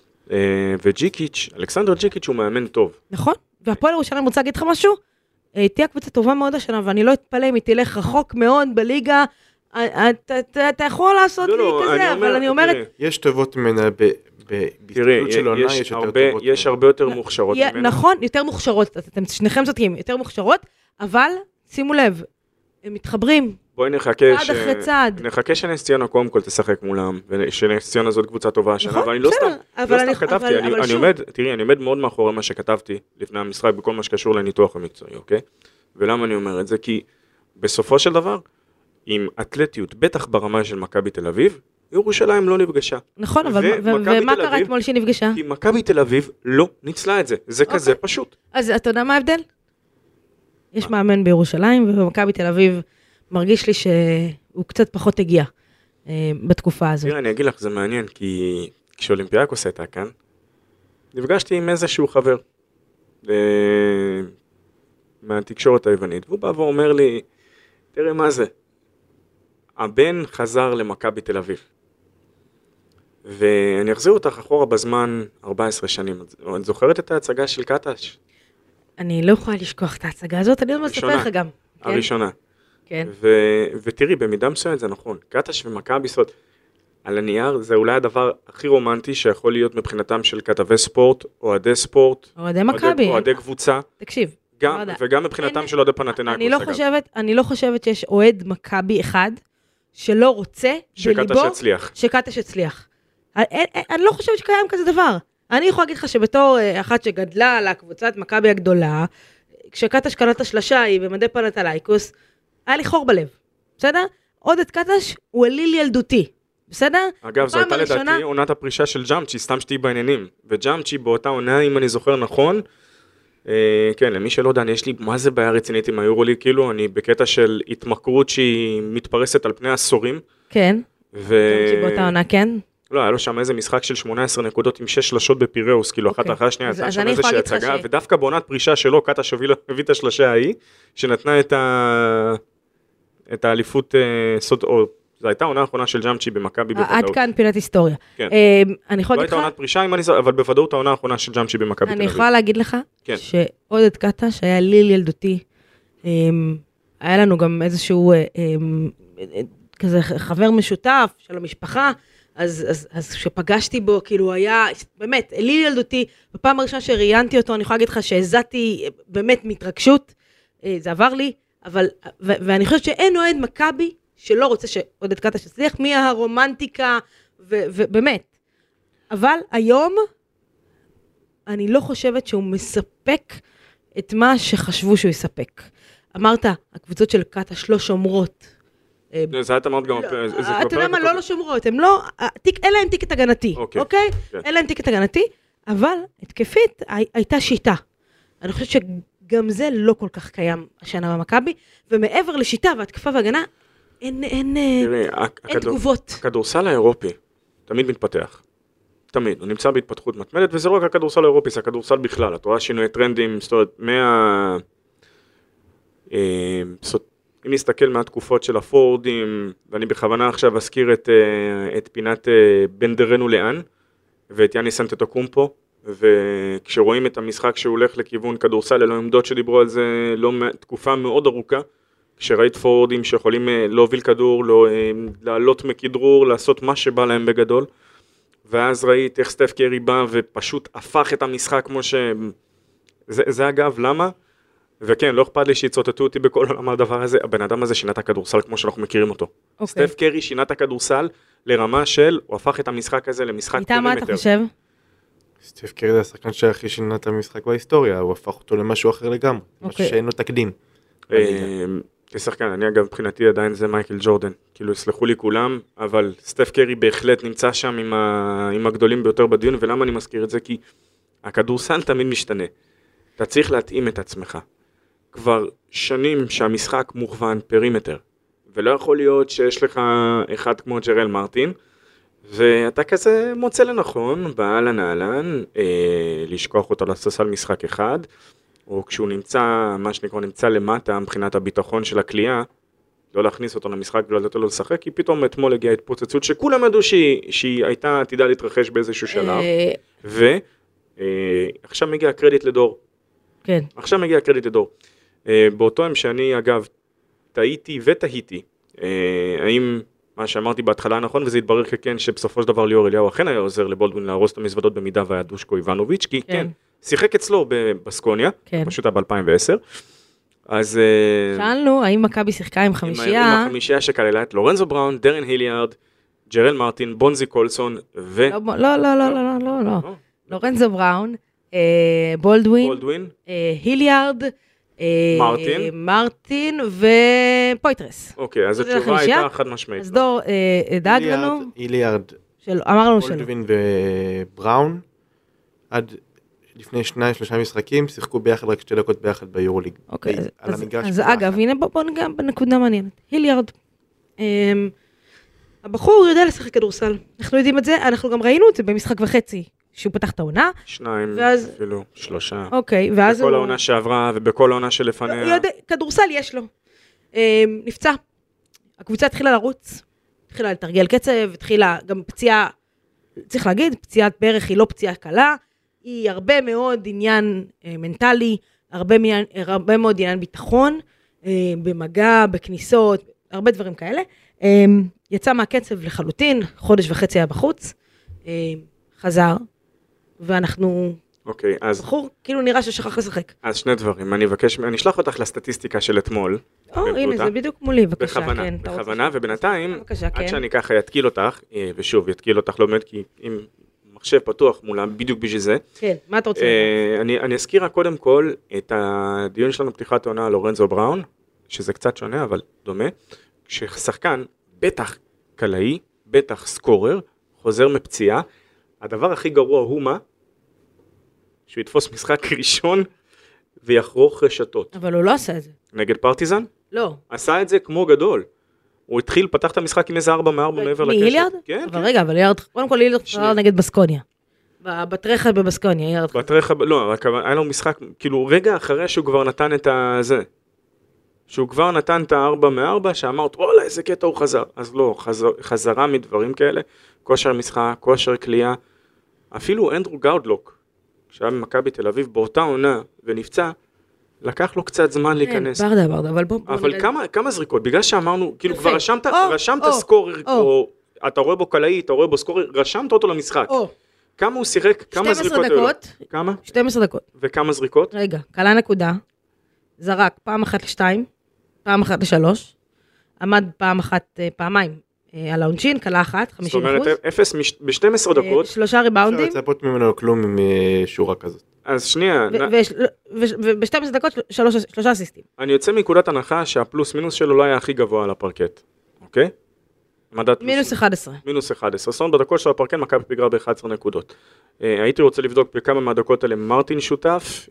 וג'יקיץ', אלכסנדר ג'יקיץ' הוא מאמן טוב. נכון, והפועל ירושלים רוצה להגיד לך משהו? תהיה קבוצה טובה מאוד השנה, ואני לא אתפלא אם היא תלך רחוק מאוד בליגה, אתה יכול לעשות לי כזה, אבל אני אומרת... יש טובות ממנה בהסתכלות של עונה, יש יותר טובות. יש הרבה יותר מוכשרות ממנה. נכון, יותר מוכשרות, אתם שניכם צודקים, יותר מוכשרות, אבל שימו לב, הם מתחברים. בואי נחכה, צעד אחרי צעד. נחכה שנס ציונה קודם כל תשחק מולם, ושנס ציונה זאת קבוצה טובה השנה, ואני לא סתם כתבתי, אני עומד, תראי, אני עומד מאוד מאחורי מה שכתבתי לפני המשחק, בכל מה שקשור לניתוח המקצועי, אוקיי? ולמה אני אומר את זה? כי בסופו של דבר, עם אתלטיות, בטח ברמה של מכבי תל אביב, ירושלים לא נפגשה. נכון, אבל ומה קרה אתמול שהיא נפגשה? כי מכבי תל אביב לא ניצלה את זה. זה כזה פשוט. אז אתה יודע מה ההבדל? יש מאמן בירושלים, ובמכבי תל אביב מרגיש לי שהוא קצת פחות הגיע בתקופה הזאת. תראה, אני אגיד לך, זה מעניין, כי כשאולימפיאקוס הייתה כאן, נפגשתי עם איזשהו חבר מהתקשורת היוונית, והוא בא ואומר לי, תראה מה זה, הבן חזר למכבי תל אביב. ואני אחזיר אותך אחורה בזמן ארבע עשרה שנים. את זוכרת את ההצגה של קטש? אני לא יכולה לשכוח את ההצגה הזאת, אני עוד מספר לך גם. הראשונה. כן. ותראי, במידה מסוימת זה נכון. קטש ומכבי, זאת, על הנייר, זה אולי הדבר הכי רומנטי שיכול להיות מבחינתם של כתבי ספורט, אוהדי ספורט, אוהדי מכבי. אוהדי קבוצה. תקשיב. גם, וגם מבחינתם של אוהדי פנתנאיקוס. אני לא חושבת, אני לא חושבת שיש אוהד מכבי אחד שלא רוצה שקטש הצליח. שקטש הצליח. אני לא חושבת שקיים כזה דבר. אני יכולה להגיד לך שבתור אחת שגדלה על הקבוצת מכבי הגדולה, כשקטש קלט השלשה היא במדי פנתנאיקוס, היה לי חור בלב. בסדר? עודד קטש הוא אליל ילדותי. בסדר? אגב, זו הייתה לדעתי עונת הפרישה של ג'אמצ'י, סתם שתהי בעניינים. וג'אמצ'י באותה עונה, אם אני זוכר נכון, אה, כן, למי שלא יודע, יש לי מה זה בעיה רצינית עם היורולי, כאילו, אני בקטע של התמכרות שהיא מתפרסת על פני עשורים. כן. ו... ג'אמצ'י באותה עונה, כן. לא, היה לו שם איזה משחק של שמונה עשרה נקודות עם שש שלשות בפיראוס, כאילו אחת אחרי השנייה, יצאה שם איזושהי הצגה, ודווקא בעונת פרישה שלו, קטש הביא את השלשה ההיא, שנתנה את ה... את האליפות סוד, או זו הייתה העונה האחרונה של ג'אמצ'י במכבי בוודאות. עד כאן פינת היסטוריה. כן. אני יכולה לא להגיד לך... הייתה עונת פרישה, אבל בוודאות העונה האחרונה של ג'אמצ'י במכבי תל אביב. אני יכולה להגיד לך שעודד קטש היה ליל ילדותי. היה לנו גם איזשהו כזה חבר משותף של המשפחה, אז כשפגשתי בו, כאילו היה, באמת, ליל ילדותי, בפעם הראשונה שראיינתי אותו, אני יכולה להגיד לך שהזעתי באמת מתרגשות, זה עבר לי, אבל, ואני חושבת שאין אוהד מכבי, שלא רוצה שעודד קטש יצליח, מי הרומנטיקה, ובאמת. אבל היום, אני לא חושבת שהוא מספק את מה שחשבו שהוא יספק. אמרת, הקבוצות של קטש לא שומרות. זה את אמרת גם... אתה יודע מה, לא לא שומרות, הם לא... אין להם טיקט הגנתי, אוקיי? אין להם טיקט הגנתי, אבל התקפית הייתה שיטה. אני חושבת שגם זה לא כל כך קיים השנה במכבי, ומעבר לשיטה והתקפה והגנה, אין, אין, אין תגובות. הכדורסל האירופי תמיד מתפתח. תמיד. הוא נמצא בהתפתחות מתמדת, וזה לא רק הכדורסל האירופי, זה הכדורסל בכלל. את רואה שינוי טרנדים, זאת אומרת, מה... אם נסתכל מהתקופות של הפורדים, ואני בכוונה עכשיו אזכיר את, את פינת בין דרנו לאן, ואת יאניס אנטטוקומפו, וכשרואים את המשחק שהוא הולך לכיוון כדורסל, אלו עמדות שדיברו על זה לא, תקופה מאוד ארוכה, כשראית פורדים שיכולים להוביל כדור, לא, לעלות מכדרור, לעשות מה שבא להם בגדול, ואז ראית איך סטף קרי בא ופשוט הפך את המשחק כמו ש... זה, זה אגב, למה? וכן, לא אכפת לי שיצוטטו אותי בכל עולם הדבר הזה, הבן אדם הזה שינה את הכדורסל כמו שאנחנו מכירים אותו. Okay. סטף קרי שינה את הכדורסל לרמה של, הוא הפך את המשחק הזה למשחק איתה מה אתה חושב? סטף קרי זה השחקן שהכי שינה את המשחק בהיסטוריה, הוא הפך אותו למשהו אחר לגמרי, okay. משהו שאין לו תקדים. כשחקן, אני אגב מבחינתי עדיין זה מייקל ג'ורדן, כאילו יסלחו לי כולם, אבל סטף קרי בהחלט נמצא שם עם, ה... עם הגדולים ביותר בדיון, ולמה אני מזכיר את זה? כי הכדורסל תמיד משתנה, אתה צריך להתאים את עצמך. כבר שנים שהמשחק מוכוון פרימטר, ולא יכול להיות שיש לך אחד כמו ג'רל מרטין, ואתה כזה מוצא לנכון, באלן אהלן, אה, לשכוח אותו לססל משחק אחד, או כשהוא נמצא, מה שנקרא, נמצא למטה מבחינת הביטחון של הקליעה, לא להכניס אותו למשחק ולא לתת לו לשחק, כי פתאום אתמול הגיעה התפוצצות שכולם ידעו שהיא, שהיא הייתה עתידה להתרחש באיזשהו שלב, ועכשיו מגיע הקרדיט לדור. כן. עכשיו מגיע הקרדיט לדור. באותו הם שאני אגב טעיתי ותהיתי, האם מה שאמרתי בהתחלה נכון, וזה התברר ככן שבסופו של דבר ליאור אליהו אכן היה עוזר לבולדווין להרוס את המזוודות במידה והיה דושקו איבנוביץ', כי כן, שיחק אצלו בבסקוניה, פשוט היה ב-אלפיים ועשר. אז... שאלנו, האם מכבי שיחקה עם חמישייה? עם החמישייה שכללה את לורנזו בראון, דרן היליארד, ג'רל מרטין, בונזי קולסון, ו... לא, לא, לא, לא, לא, לא, לא. לורנזו בראון, בולדווין, היליארד, מרטין? מרטין ופויטרס. אוקיי, אז התשובה הייתה חד משמעית. אז דור דאג לנו. איליארד, אמר לנו שלא. בולדווין ובראון, עד לפני שניים, שלושה משחקים, שיחקו ביחד רק שתי דקות ביחד ביורוליג. אוקיי, אז אגב, הנה בוא ניגע בנקודה מעניינת. היליארד. הבחור יודע לשחק כדורסל. אנחנו יודעים את זה, אנחנו גם ראינו את זה במשחק וחצי. שהוא פתח את העונה. שניים, ואז... אפילו שלושה. אוקיי, ואז בכל הוא... העונה שעברה ובכל העונה שלפניה. לא, יודע, כדורסל יש לו. נפצע. הקבוצה התחילה לרוץ, התחילה לתרגל קצב, התחילה גם פציעה, צריך להגיד, פציעת ברך היא לא פציעה קלה, היא הרבה מאוד עניין מנטלי, הרבה, הרבה מאוד עניין ביטחון, במגע, בכניסות, הרבה דברים כאלה. יצא מהקצב לחלוטין, חודש וחצי היה בחוץ, חזר, ואנחנו... אוקיי, אז... בחור, כאילו נראה ששכח לשחק. אז שני דברים, אני אבקש, אני אשלח אותך לסטטיסטיקה של אתמול. או, הנה, זה בדיוק מולי, בבקשה, בכוונה, כן. בכוונה, ובינתיים, בבקשה, עד כן. שאני ככה יתקיל אותך, ושוב, יתקיל אותך לא באמת, כי אם מחשב פתוח מולה, בדיוק בשביל זה. כן, מה אתה רוצה? אני, אני אזכיר רק קודם כל את הדיון שלנו פתיחת העונה על לורנזו בראון, שזה קצת שונה, אבל דומה, כששחקן, בטח קלעי, בטח סקורר, חוזר מפציעה, הדבר הכי גרוע הוא מה? שהוא יתפוס משחק ראשון ויחרוך רשתות. אבל הוא לא עשה את זה. נגד פרטיזן? לא. עשה את זה כמו גדול. הוא התחיל, פתח את המשחק עם איזה ארבע מארבע מעבר לקשת. מהיליארד? כן, אבל רגע, אבל היליארד, קודם כל היליארד חזר נגד בסקוניה. בטרחה בבסקוניה, היליארד. בטרחה, לא, רק היה לו משחק, כאילו רגע אחרי שהוא כבר נתן את הזה. שהוא כבר נתן את הארבע מארבע, שאמרת, וואלה, איזה קטע הוא חזר. אז לא, חזר, חזרה מדברים כאלה, כושר משחק, כושר קליעה. אפילו אנדרו גאודלוק, שהיה במכבי תל אביב, באותה עונה ונפצע, לקח לו קצת זמן להיכנס. כן, ברדה, ברדה, אבל בוא... אבל כמה, כמה זריקות? בגלל שאמרנו, כאילו כבר רשמת, רשמת או, סקורר, או. או אתה רואה בו קלעי, אתה רואה בו סקורר, רשמת אותו למשחק. או. כמה הוא שיחק, כמה זריקות היו לו? שתים עשרה דקות. כמה? שתים עשרה דקות. וכמה זריקות? רגע, קלה נקודה, זרק פעם אחת לשתיים, פעם אחת לשלוש, עמד פעם אחת, פעמיים, על העונשין, קלה אחת, חמישים אחוז. זאת אומרת, אפס ב-שתים עשרה דקות. שלושה ריבאונדים. אפשר לצפות ממנו כלום עם שורה כזאת. אז שנייה. וב-שתים עשרה דקות שלושה אסיסטים. אני יוצא מנקודת הנחה שהפלוס מינוס שלו לא היה הכי גבוה על הפרקט. אוקיי? מינוס אחד עשרה. מינוס אחד עשרה. זאת אומרת, בדקות של הפרקט מכבי פיגרה ב-אחת עשרה נקודות. הייתי רוצה לבדוק בכמה מהדקות האלה מרטין שותף,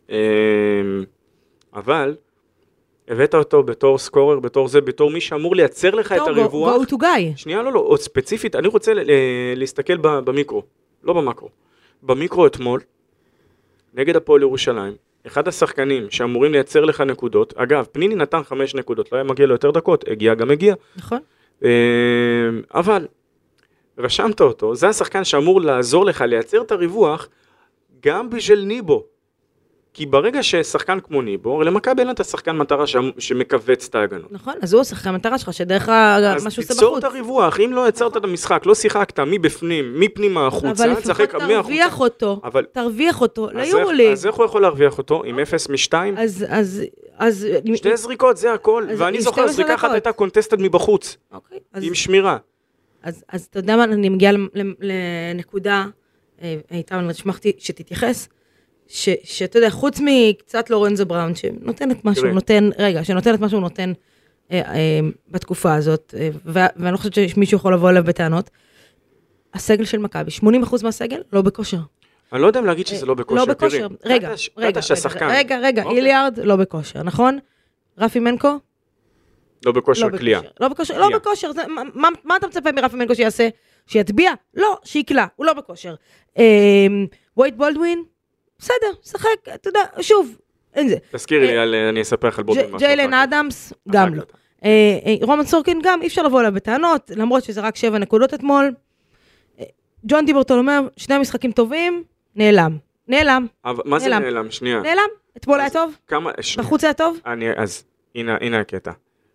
אבל הבאת אותו בתור סקורר, בתור זה, בתור מי שאמור לייצר לך את הריווח. go to guy. שנייה, לא, לא, עוד ספציפית, אני רוצה להסתכל במיקרו, לא במקרו. במיקרו אתמול, נגד הפועל ירושלים, אחד השחקנים שאמורים לייצר לך נקודות, אגב, פניני נתן חמש נקודות, לא היה מגיע לו יותר דקות, הגיע גם הגיע. נכון. אבל, רשמת אותו, זה השחקן שאמור לעזור לך לייצר את הריווח, גם בשביל ניבו. כי ברגע ששחקן כמו ניבו, למכבי אין את השחקן מטרה שמקווץ את ההגנות. נכון, אז הוא השחקן מטרה שלך, שדרך משהו עושה בחוץ. אז תיצור את הריווח, אם לא יצרת את המשחק, לא שיחקת מבפנים, מפנימה החוצה, אבל לפחות תרוויח אותו, תרוויח אותו ליורוליג. אז איך הוא יכול להרוויח אותו? עם אפס משתיים? אז... שתי זריקות, זה הכל, ואני זוכר, זריקה אחת הייתה קונטסטד מבחוץ, עם שמירה. אז אתה יודע מה, אני מגיעה לנקודה, הייתה, אני שמחתי שתתייחס, שאתה יודע, חוץ מקצת לורנזו בראון, שנותנת משהו, נותן, רגע, שנותנת משהו, נותן בתקופה הזאת, ואני לא חושבת שמישהו יכול לבוא אליו בטענות, הסגל של מכבי, שמונים אחוז מהסגל, לא בכושר. אני לא יודע אם להגיד שזה לא בכושר, לא בכושר, רגע, רגע, רגע, רגע, איליארד, לא בכושר, נכון? רפי מנקו? לא בכושר קליעה. לא בכושר, לא בכושר, מה אתה מצפה מרפי מנקו שיעשה? שיטביע? לא, שיקלה, הוא לא בכושר. ווייד בולדווין? בסדר, שחק, אתה יודע, שוב, אין זה. תזכירי לי, אני אספר לך על בולדווין משהו. ג'יילן אדמס, גם לא. רומן סורקין גם, אי אפשר לבוא אליו בטענות, למרות שזה רק שבע נקודות אתמול. ג'ון דיברטול אומר, שני משחקים טובים, נעלם. נעלם. מה זה נעלם? שנייה. נעלם? אתמול היה טוב? בחוץ היה טוב? אז הנה הקטע.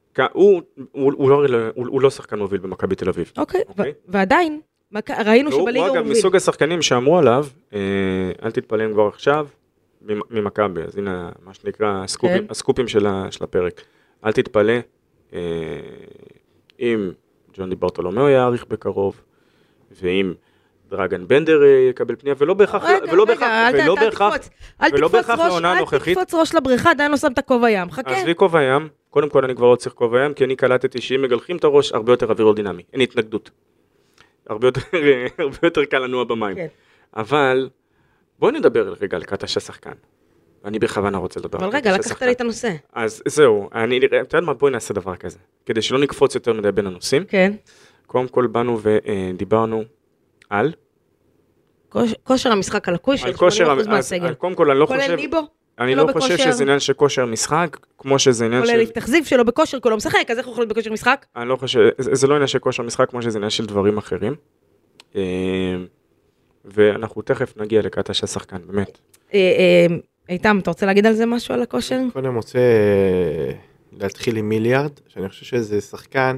הוא לא שחקן מוביל במכבי תל אביב. אוקיי, ועדיין, ראינו שבליגה הוא מוביל. הוא אגב מסוג השחקנים שאמרו עליו, אל תתפלאים כבר עכשיו, ממכבי, אז הנה מה שנקרא הסקופים של הפרק. אל תתפלא אם ג'ון דיברטולומיאו יאריך בקרוב, ואם דרגן בנדר יקבל פנייה, ולא בהכרח, ולא בהכרח, ולא בהכרח, ולא בהכרח לעונה הנוכחית. אל תקפוץ ראש לבריכה, עדיין לא שם את הכובע ים, חכה. עזבי כובע ים, קודם כל אני כבר לא צריך כובע ים, כי אני קלטתי שאם מגלחים את הראש, הרבה יותר אווירודינמי, אין התנגדות. הרבה יותר, הרבה יותר קל לנוע במים. אבל, בואי נדבר רגע על קטש השחקן. אני בכוונה רוצה לדבר על קטש השחקן. אבל רגע, לקחת לי את הנושא. אז זהו, אני, אתה יודע מה, בואי נעשה דבר כזה, כדי שלא נקפוץ יותר מדי בין הנושאים. כן. קודם כל באנו ודיברנו על כושר המשחק הלקוי של שמונים אחוז מהסגל. קודם כל אני לא חושב, כולל ניבו, אני לא חושב שזה עניין של כושר משחק, כמו שזה עניין של... כולל תחזיב שלו בכושר, כי הוא לא משחק, אז איך הוא יכול להיות בכושר משחק? אני לא חושב, זה לא עניין של כושר משחק, כמו שזה עניין של דברים אחרים. ואנחנו תכף נגיע לקטש השחקן, באמת. איתם, אתה רוצה להגיד על זה משהו על הכושר? קודם רוצה להתחיל עם מיליארד, שאני חושב שזה שחקן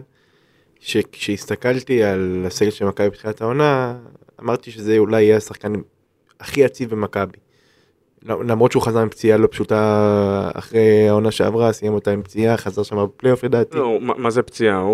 שכשהסתכלתי על הסגל של מכבי בתחילת העונה, אמרתי שזה אולי יהיה השחקן הכי יציב במכבי. למרות שהוא חזר עם פציעה לא פשוטה אחרי העונה שעברה, סיים אותה עם פציעה, חזר שם בפלייאוף לדעתי. לא, מה זה פציעה?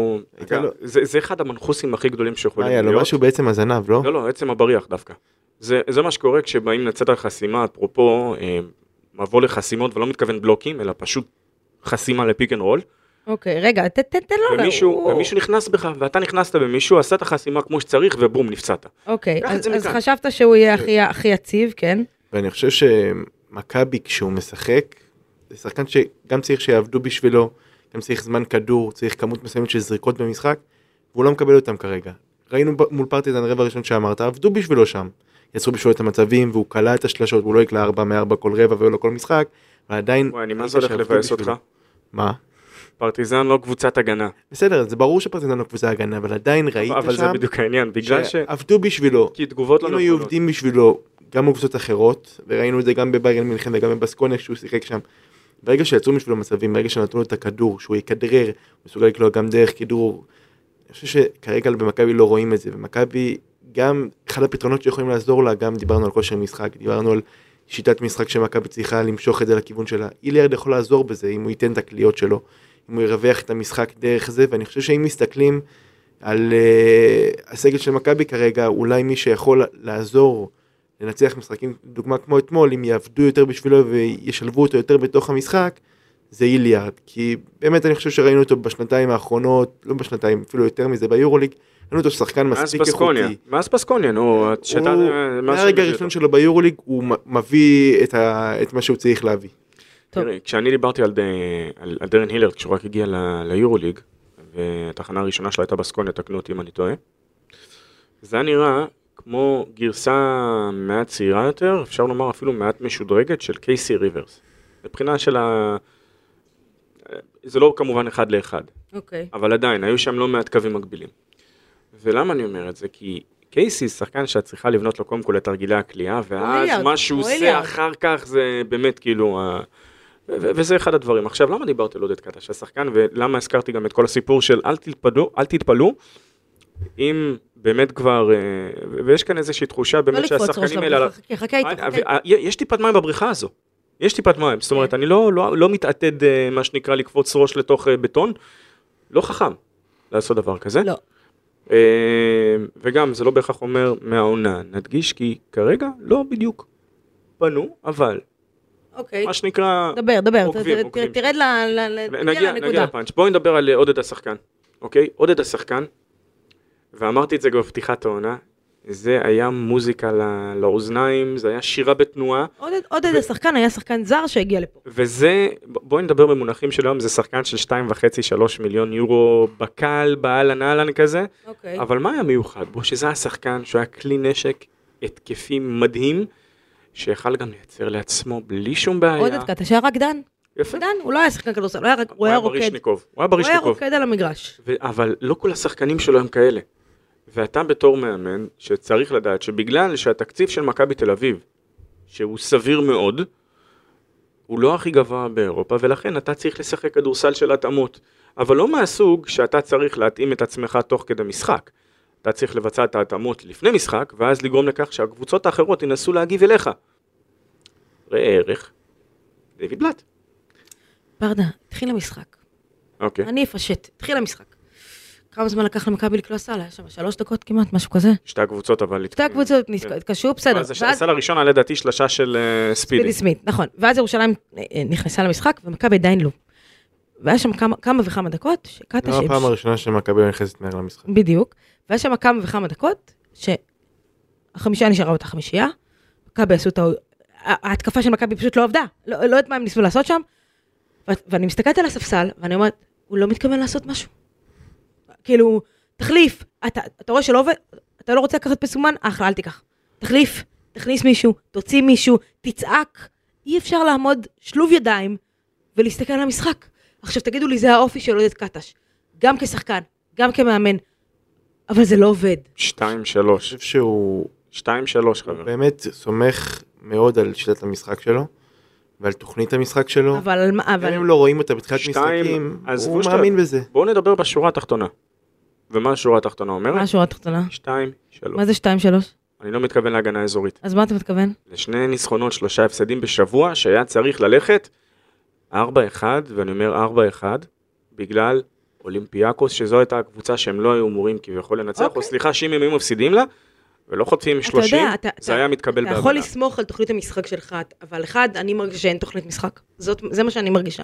זה אחד המנחוסים הכי גדולים שיכולים להיות. היה לו משהו בעצם הזנב, לא? לא, לא, עצם הבריח דווקא. זה מה שקורה כשבאים לצאת על חסימה, אפרופו, מבוא לחסימות ולא מתכוון בלוקים, אלא פשוט חסימה לפיק אנד רול. אוקיי, רגע, תן לו. ומישהו נכנס בך, ואתה נכנסת במישהו, עשה את החסימה כמו שצריך, ובום, נפצעת. אוקיי, אז חשבת שהוא יהיה הכי יציב, כן? ואני חושב שמכבי כשהוא משחק, זה שחקן שגם צריך שיעבדו בשבילו, גם צריך זמן כדור, צריך כמות מסוימת של זריקות במשחק, והוא לא מקבל אותם כרגע. ראינו מול פרטיזן רבע הראשון שאמרת, עבדו בשבילו שם. יצרו בשבילו את המצבים, והוא קלה את השלשות, והוא לא יקלה ארבע מארבע כל רבע ולא כל משחק, ועדיין... וואי, אני מה זה הולך לבאס אותך? מה? פרטיזן לא קבוצת הגנה. בסדר, זה ברור שפרטיזן לא קבוצת הגנה, אבל עדיין ראית אבל שם... אבל זה בדיוק העניין, בגלל ש... שעבדו בשבילו. כי תגובות לא נכונות. היינו עובדים בשבילו גם בקבוצות אחרות, וראינו את זה גם בביירן מינכן וגם בבסקוניה כשהוא שיחק שם. ברגע שיצרו בשבילו מצבים, ברגע שנתנו לו את הכדור, שהוא יקדרר, הוא מסוגל לקלוע גם דרך כדור. אני חושב שכרגע במכבי לא רואים את זה, ומכבי גם אחד הפתרונות שיכולים לעזור לה, גם דיברנו על כושר משחק, דיברנו על שיטת משחק שמכבי צריכה למשוך את זה לכיוון שלה. איליארד יכול לעזור בזה, אם הוא ייתן את הקליעות שלו, אם הוא ירווח את המשחק דרך זה, ואני חושב שאם מסתכלים על uh, הסגל של מכבי כרגע, אולי מי שיכול לעזור לנצח משחקים, דוגמה כמו אתמול, אם יעבדו יותר בשבילו וישלבו אותו יותר בתוך המשחק, זה איליארד, כי באמת אני חושב שראינו אותו בשנתיים האחרונות, לא בשנתיים, אפילו יותר מזה, ביורוליג, ראינו אותו שחקן מספיק איכותי. מאז פסקוניה, נו, מהרגע הראשון שלו ביורוליג, הוא מביא את מה שהוא צריך להביא. כשאני דיברתי על דרן הילרד, כשהוא רק הגיע ליורוליג, והתחנה הראשונה שלו הייתה בסקוניה, תקנו אותי אם אני טועה, זה היה נראה כמו גרסה מעט צעירה יותר, אפשר לומר אפילו מעט משודרגת של קייסי ריברס. מבחינה של ה... זה לא כמובן אחד לאחד. אוקיי. אבל עדיין, היו שם לא מעט קווים מקבילים. ולמה אני אומר את זה? כי קייסי, שחקן שאת צריכה לבנות לו קודם כל את תרגילי הקליעה, ואז מה שהוא עושה אחר כך זה באמת כאילו... וזה אחד הדברים. עכשיו, למה דיברתי על עודד קטש, השחקן, ולמה הזכרתי גם את כל הסיפור של אל תתפלו, אל תתפלו, אם באמת כבר, ויש כאן איזושהי תחושה באמת שהשחקנים האלה... יש טיפת מים בבריכה הזו. יש טיפת מים. זאת אומרת, אני לא מתעתד מה שנקרא לקפוץ ראש לתוך בטון. לא חכם לעשות דבר כזה. לא. וגם זה לא בהכרח אומר מהעונה. נדגיש כי כרגע לא בדיוק פנו, אבל... אוקיי. מה שנקרא... דבר, דבר, תרד לנקודה. נגיע לפאנץ'. בואי נדבר על עודד השחקן. אוקיי? עודד השחקן, ואמרתי את זה גם בפתיחת העונה, זה היה מוזיקה לאוזניים, זה היה שירה בתנועה. עודד השחקן היה שחקן זר שהגיע לפה. וזה, בואי נדבר במונחים של היום, זה שחקן של שתיים וחצי שלוש מיליון יורו בקל, באלן אלן כזה. אוקיי. אבל מה היה מיוחד בו? שזה השחקן שהוא היה כלי נשק התקפי מדהים, שיכל גם לייצר לעצמו בלי שום בעיה. עודד קטש היה רקדן. יפה. רקדן, הוא לא היה שחקן כדורסל, הוא היה רוקד. הוא היה ברישניקוב. הוא היה רוקד על המגרש. אבל לא כל השחקנים שלו הם כאלה. ואתה בתור מאמן, שצריך לדעת שבגלל שהתקציב של מכבי תל אביב, שהוא סביר מאוד, הוא לא הכי גבוה באירופה, ולכן אתה צריך לשחק כדורסל של התאמות. אבל לא מהסוג שאתה צריך להתאים את עצמך תוך כדי משחק. אתה צריך לבצע את ההתאמות לפני משחק, ואז לגרום לכך שהקבוצות האחרות ינסו להגיב אליך. ראה ערך, דיוויד בלאט. ברדה, התחיל המשחק. אוקיי. אני אפשט, התחיל המשחק. כמה זמן לקח למכבי לקלוע סל? היה שם שלוש דקות כמעט, משהו כזה. שתי הקבוצות, אבל... שתי הקבוצות התקשו, בסדר. אז הסל הראשון היה לדעתי שלושה של ספידי. ספידי סמית, נכון. ואז ירושלים נכנסה למשחק, ומכבי עדיין לא. והיה שם כמה וכמה דקות, שקטש... לא הפעם הראשונה שמכבי נכנסת מהר למשחק. בדיוק. והיה שם כמה וכמה דקות, שהחמישייה נשארה אותה חמישייה, מכבי עשו את ההתקפה של מכבי פשוט לא עבדה. לא יודעת מה הם ניסו לעשות שם. ואני מסתכלת על הספסל, ואני אומרת, הוא לא מתכוון לעשות משהו. כאילו, תחליף, אתה, אתה רואה שלא עובד, אתה לא רוצה לקחת פסומן, אחלה, אל תיקח. תחליף, תכניס מישהו, תוציא מישהו, תצעק. אי אפשר לעמוד שלוב ידיים ולהסתכל על המשחק. עכשיו תגידו לי, זה האופי של עודד קטש. גם כשחקן, גם כמאמן. אבל זה לא עובד. שתיים, שלוש. אני חושב שהוא... שתיים, שלוש, חבר. באמת סומך מאוד על שיטת המשחק שלו, ועל תוכנית המשחק שלו. אבל... אבל... אם לא רואים אותה בתחילת משחקים, הוא מאמין בזה. בואו נדבר בשורה התחתונה. ומה השורה התחתונה אומרת? מה השורה התחתונה? שתיים, שלוש. מה זה שתיים, שלוש? אני לא מתכוון להגנה אזורית. אז מה אתה מתכוון? לשני ניסחונות, שלושה הפסדים בשבוע, שהיה צריך ללכת ארבע אחד, ואני אומר ארבע אחד, בגלל אולימפיאקוס, שזו הייתה הקבוצה שהם לא היו אמורים כביכול לנצח, או סליחה, שאם הם היו מפסידים לה, ולא חוטפים שלושים, זה היה מתקבל בהגנה. אתה יכול לסמוך על תוכנית המשחק שלך, אבל אחד, אני מרגישה שאין תוכנית משחק. זה מה שאני מרגישה.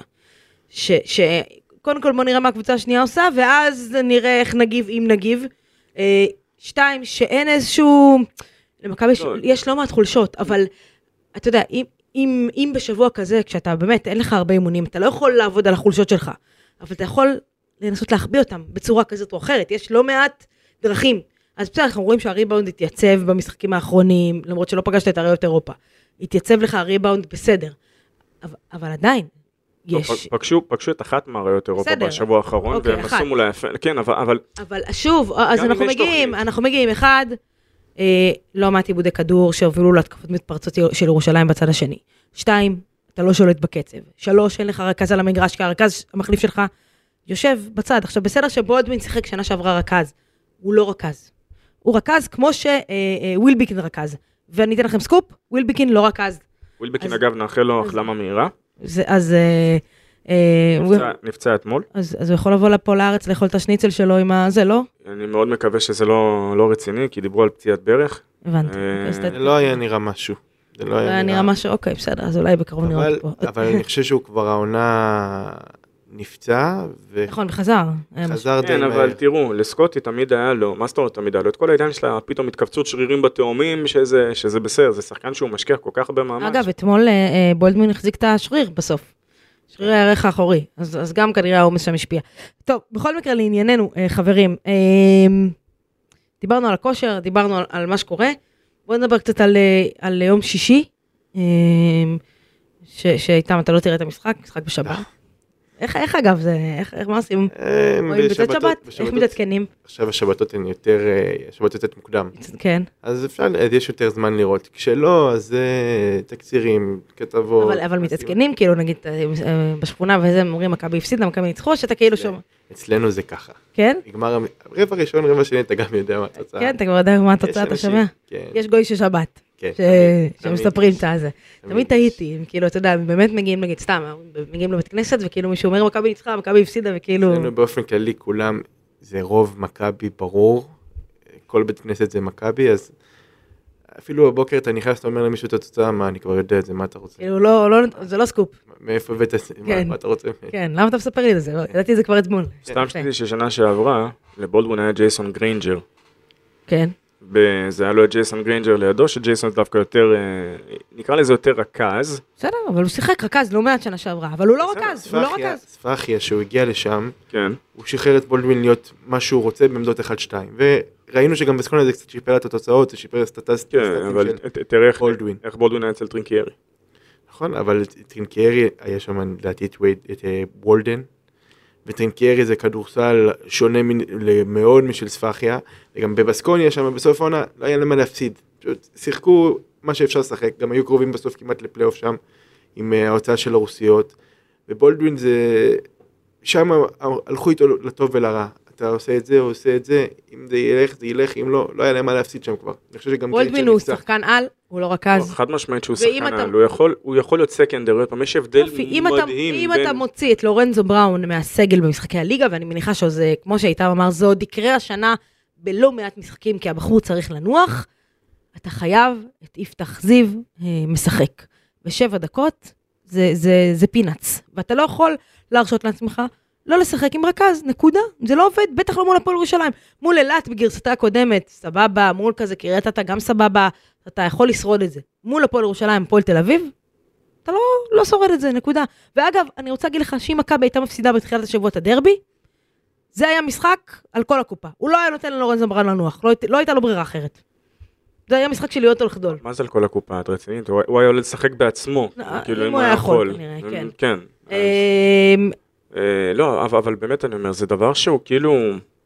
שקודם כל בוא נראה מה הקבוצה השנייה עושה, ואז נראה איך נגיב, אם נגיב. שתיים, שאין איזשהו... למכבי יש לא מעט חולשות, אבל אתה יודע, אם, אם, אם בשבוע כזה, כשאתה באמת, אין לך הרבה אימונים, אתה לא יכול לעבוד על החולשות שלך, אבל אתה יכול לנסות להחביא אותם בצורה כזאת או אחרת. יש לא מעט דרכים. אז בסדר, אנחנו רואים שהריבאונד התייצב במשחקים האחרונים, למרות שלא פגשת את אריות אירופה. התייצב לך הריבאונד בסדר. אבל, אבל עדיין, יש... פגשו, פגשו את אחת מהאריות אירופה בשבוע האחרון, אוקיי, והם עשו מולה יפה. כן, אבל... אבל, אבל שוב, אז אנחנו מגיעים, אנחנו מגיעים, אחד, אה, לא מעט עיבודי כדור שהובילו להתקפות מתפרצות של ירושלים בצד השני. שתיים, אתה לא שולט בקצב. שלוש, אין לך רכז על המגרש, כי הרכז המחליף שלך יושב בצד. עכשיו, בסדר שבולדווין שיחק שנה שעברה רכז. הוא לא רכז. הוא רכז כמו שווילביקין רכז. ואני אתן לכם סקופ, ווילביקין לא רכז. ווילביקין אגב נאחל לו החלמה מהירה. אז... נפצע אתמול. אז הוא יכול לבוא לפה לארץ, לאכול את השניצל שלו עם הזה, לא? אני מאוד מקווה שזה לא רציני, כי דיברו על פציעת ברך. הבנתי. זה לא היה נראה משהו. זה לא היה נראה משהו, אוקיי, בסדר, אז אולי בקרוב נראה אותו פה. אבל אני חושב שהוא כבר העונה נפצע. נכון, וחזר. חזר די כן, מהר. אבל תראו, לסקוטי תמיד היה לו, מה זאת אומרת תמיד היה לו? את כל העידן שלה, פתאום התכווצות שרירים בתאומים, שזה בסדר, זה שחקן שהוא משקיע כל כך במאמץ. אגב, אתמול בולדמן החזיק את השריר בסוף. שריר הערך האחורי, אז, אז גם כנראה העומס שם השפיע. טוב, בכל מקרה לענייננו, חברים, דיברנו על הכושר, דיברנו על, על מה שקורה, בואו נדבר קצת על, על יום שישי, ש, שאיתם אתה לא תראה את המשחק, משחק בשבת. איך, איך אגב זה, איך, איך מה עושים? רואים בצד שבת? איך מתעדכנים? עכשיו השבתות הן יותר, השבתות יותר מוקדם. כן. אז אפשר, יש יותר זמן לראות. כשלא, אז זה תקצירים, כתבות. אבל, אבל מתעדכנים, כאילו נגיד, בשכונה וזה, אומרים, מכבי הפסידה, מכבי ניצחו, שאתה כאילו שומע. אצלנו זה ככה. כן? נגמר, רבע ראשון, רבע שני, אתה גם יודע מה התוצאה. כן, אתה כבר יודע מה התוצאה, אתה שומע? יש גוי של שבת. שמספרים את זה. תמיד תהיתי, כאילו, אתה יודע, באמת מגיעים, נגיד, סתם, מגיעים לבית כנסת, וכאילו מישהו אומר, מכבי ניצחה, מכבי הפסידה, וכאילו... אצלנו באופן כללי, כולם, זה רוב מכבי ברור, כל בית כנסת זה מכבי, אז אפילו בבוקר אתה נכנס, אתה אומר למישהו את התוצאה, מה, אני כבר יודע את זה, מה אתה רוצה? כאילו, לא, זה לא סקופ. מאיפה הבאת, מה אתה רוצה? כן, למה אתה מספר לי את זה? ידעתי את זה כבר אתמול. סתם שתדעי ששנה שעברה, לבולדווין היה ג'ייסון גריינג'ר. כן. זה היה לו את ג'ייסון גריינג'ר לידו, שג'ייסון דווקא יותר, נקרא לזה יותר רכז. בסדר, אבל הוא שיחק רכז לא מעט שנה שעברה, אבל הוא לא רכז, הוא לא רכז. ספחיה, שהוא הגיע לשם, הוא שחרר את בולדווין להיות מה שהוא רוצה בעמדות אחת שתיים, וראינו שגם בסקונה זה קצת שיפר את התוצאות, זה שיפר סטטיסטים של בולדווין. איך בולדווין היה אצל טרינקיירי. נכון, אבל טרינקיירי היה שם לדעתי את וולדן, וטרינקיירי זה כדורסל שונה מאוד משל ספחיה, וגם בבסקוניה שם בסוף העונה לא היה למה להפסיד, פשוט שיחקו מה שאפשר לשחק, גם היו קרובים בסוף כמעט לפלייאוף שם, עם ההוצאה של הרוסיות, ובולדווין זה, שם הלכו איתו לטוב ולרע, אתה עושה את זה, הוא עושה את זה, אם זה ילך, זה ילך, אם לא, לא היה למה להפסיד שם כבר. בולדווין הוא שחקן על, הוא לא רכז. חד משמעית שהוא ואם שחקן אתה- על, הוא יכול- הוא יכול להיות סקנדר, עוד פעם, יש הבדל יופי, אם אתה- מדהים אם בין... אתה מוציא את לורנזו בראון מהסגל במשחקי הליגה, ואני מניחה שזה, כמו שאיתם אמר, זה עוד יקרה השנה בלא מעט משחקים, כי הבחור צריך לנוח, אתה חייב את יפתח זיו אה, משחק. בשבע דקות זה, זה, זה פינץ, ואתה לא יכול להרשות לעצמך לא לשחק עם רכז, נקודה. זה לא עובד, בטח לא מול הפועל ירושלים. מול אילת בגרסתה הקודמת, סבבה, מול כזה קריית אתה גם סבבה, אתה יכול לשרוד את זה. מול הפועל ירושלים, הפועל תל אביב, אתה לא, לא שורד את זה, נקודה. ואגב, אני רוצה להגיד לך שאם מכבי הייתה מפסידה בתחילת השבוע את הדרבי, זה היה משחק על כל הקופה. הוא לא היה נותן ללורנזו בראון לנוח, לא, לא הייתה לו ברירה אחרת. זה היה משחק של להיות או לחדול. מה זה על כל הקופה? את רצינית? הוא הוא היה עולה לשחק בעצמו. כאילו, אם הוא היה יכול, כנראה, כן. כן. אמ, אה, לא, אבל אבל באמת אני אומר, זה דבר שהוא כאילו...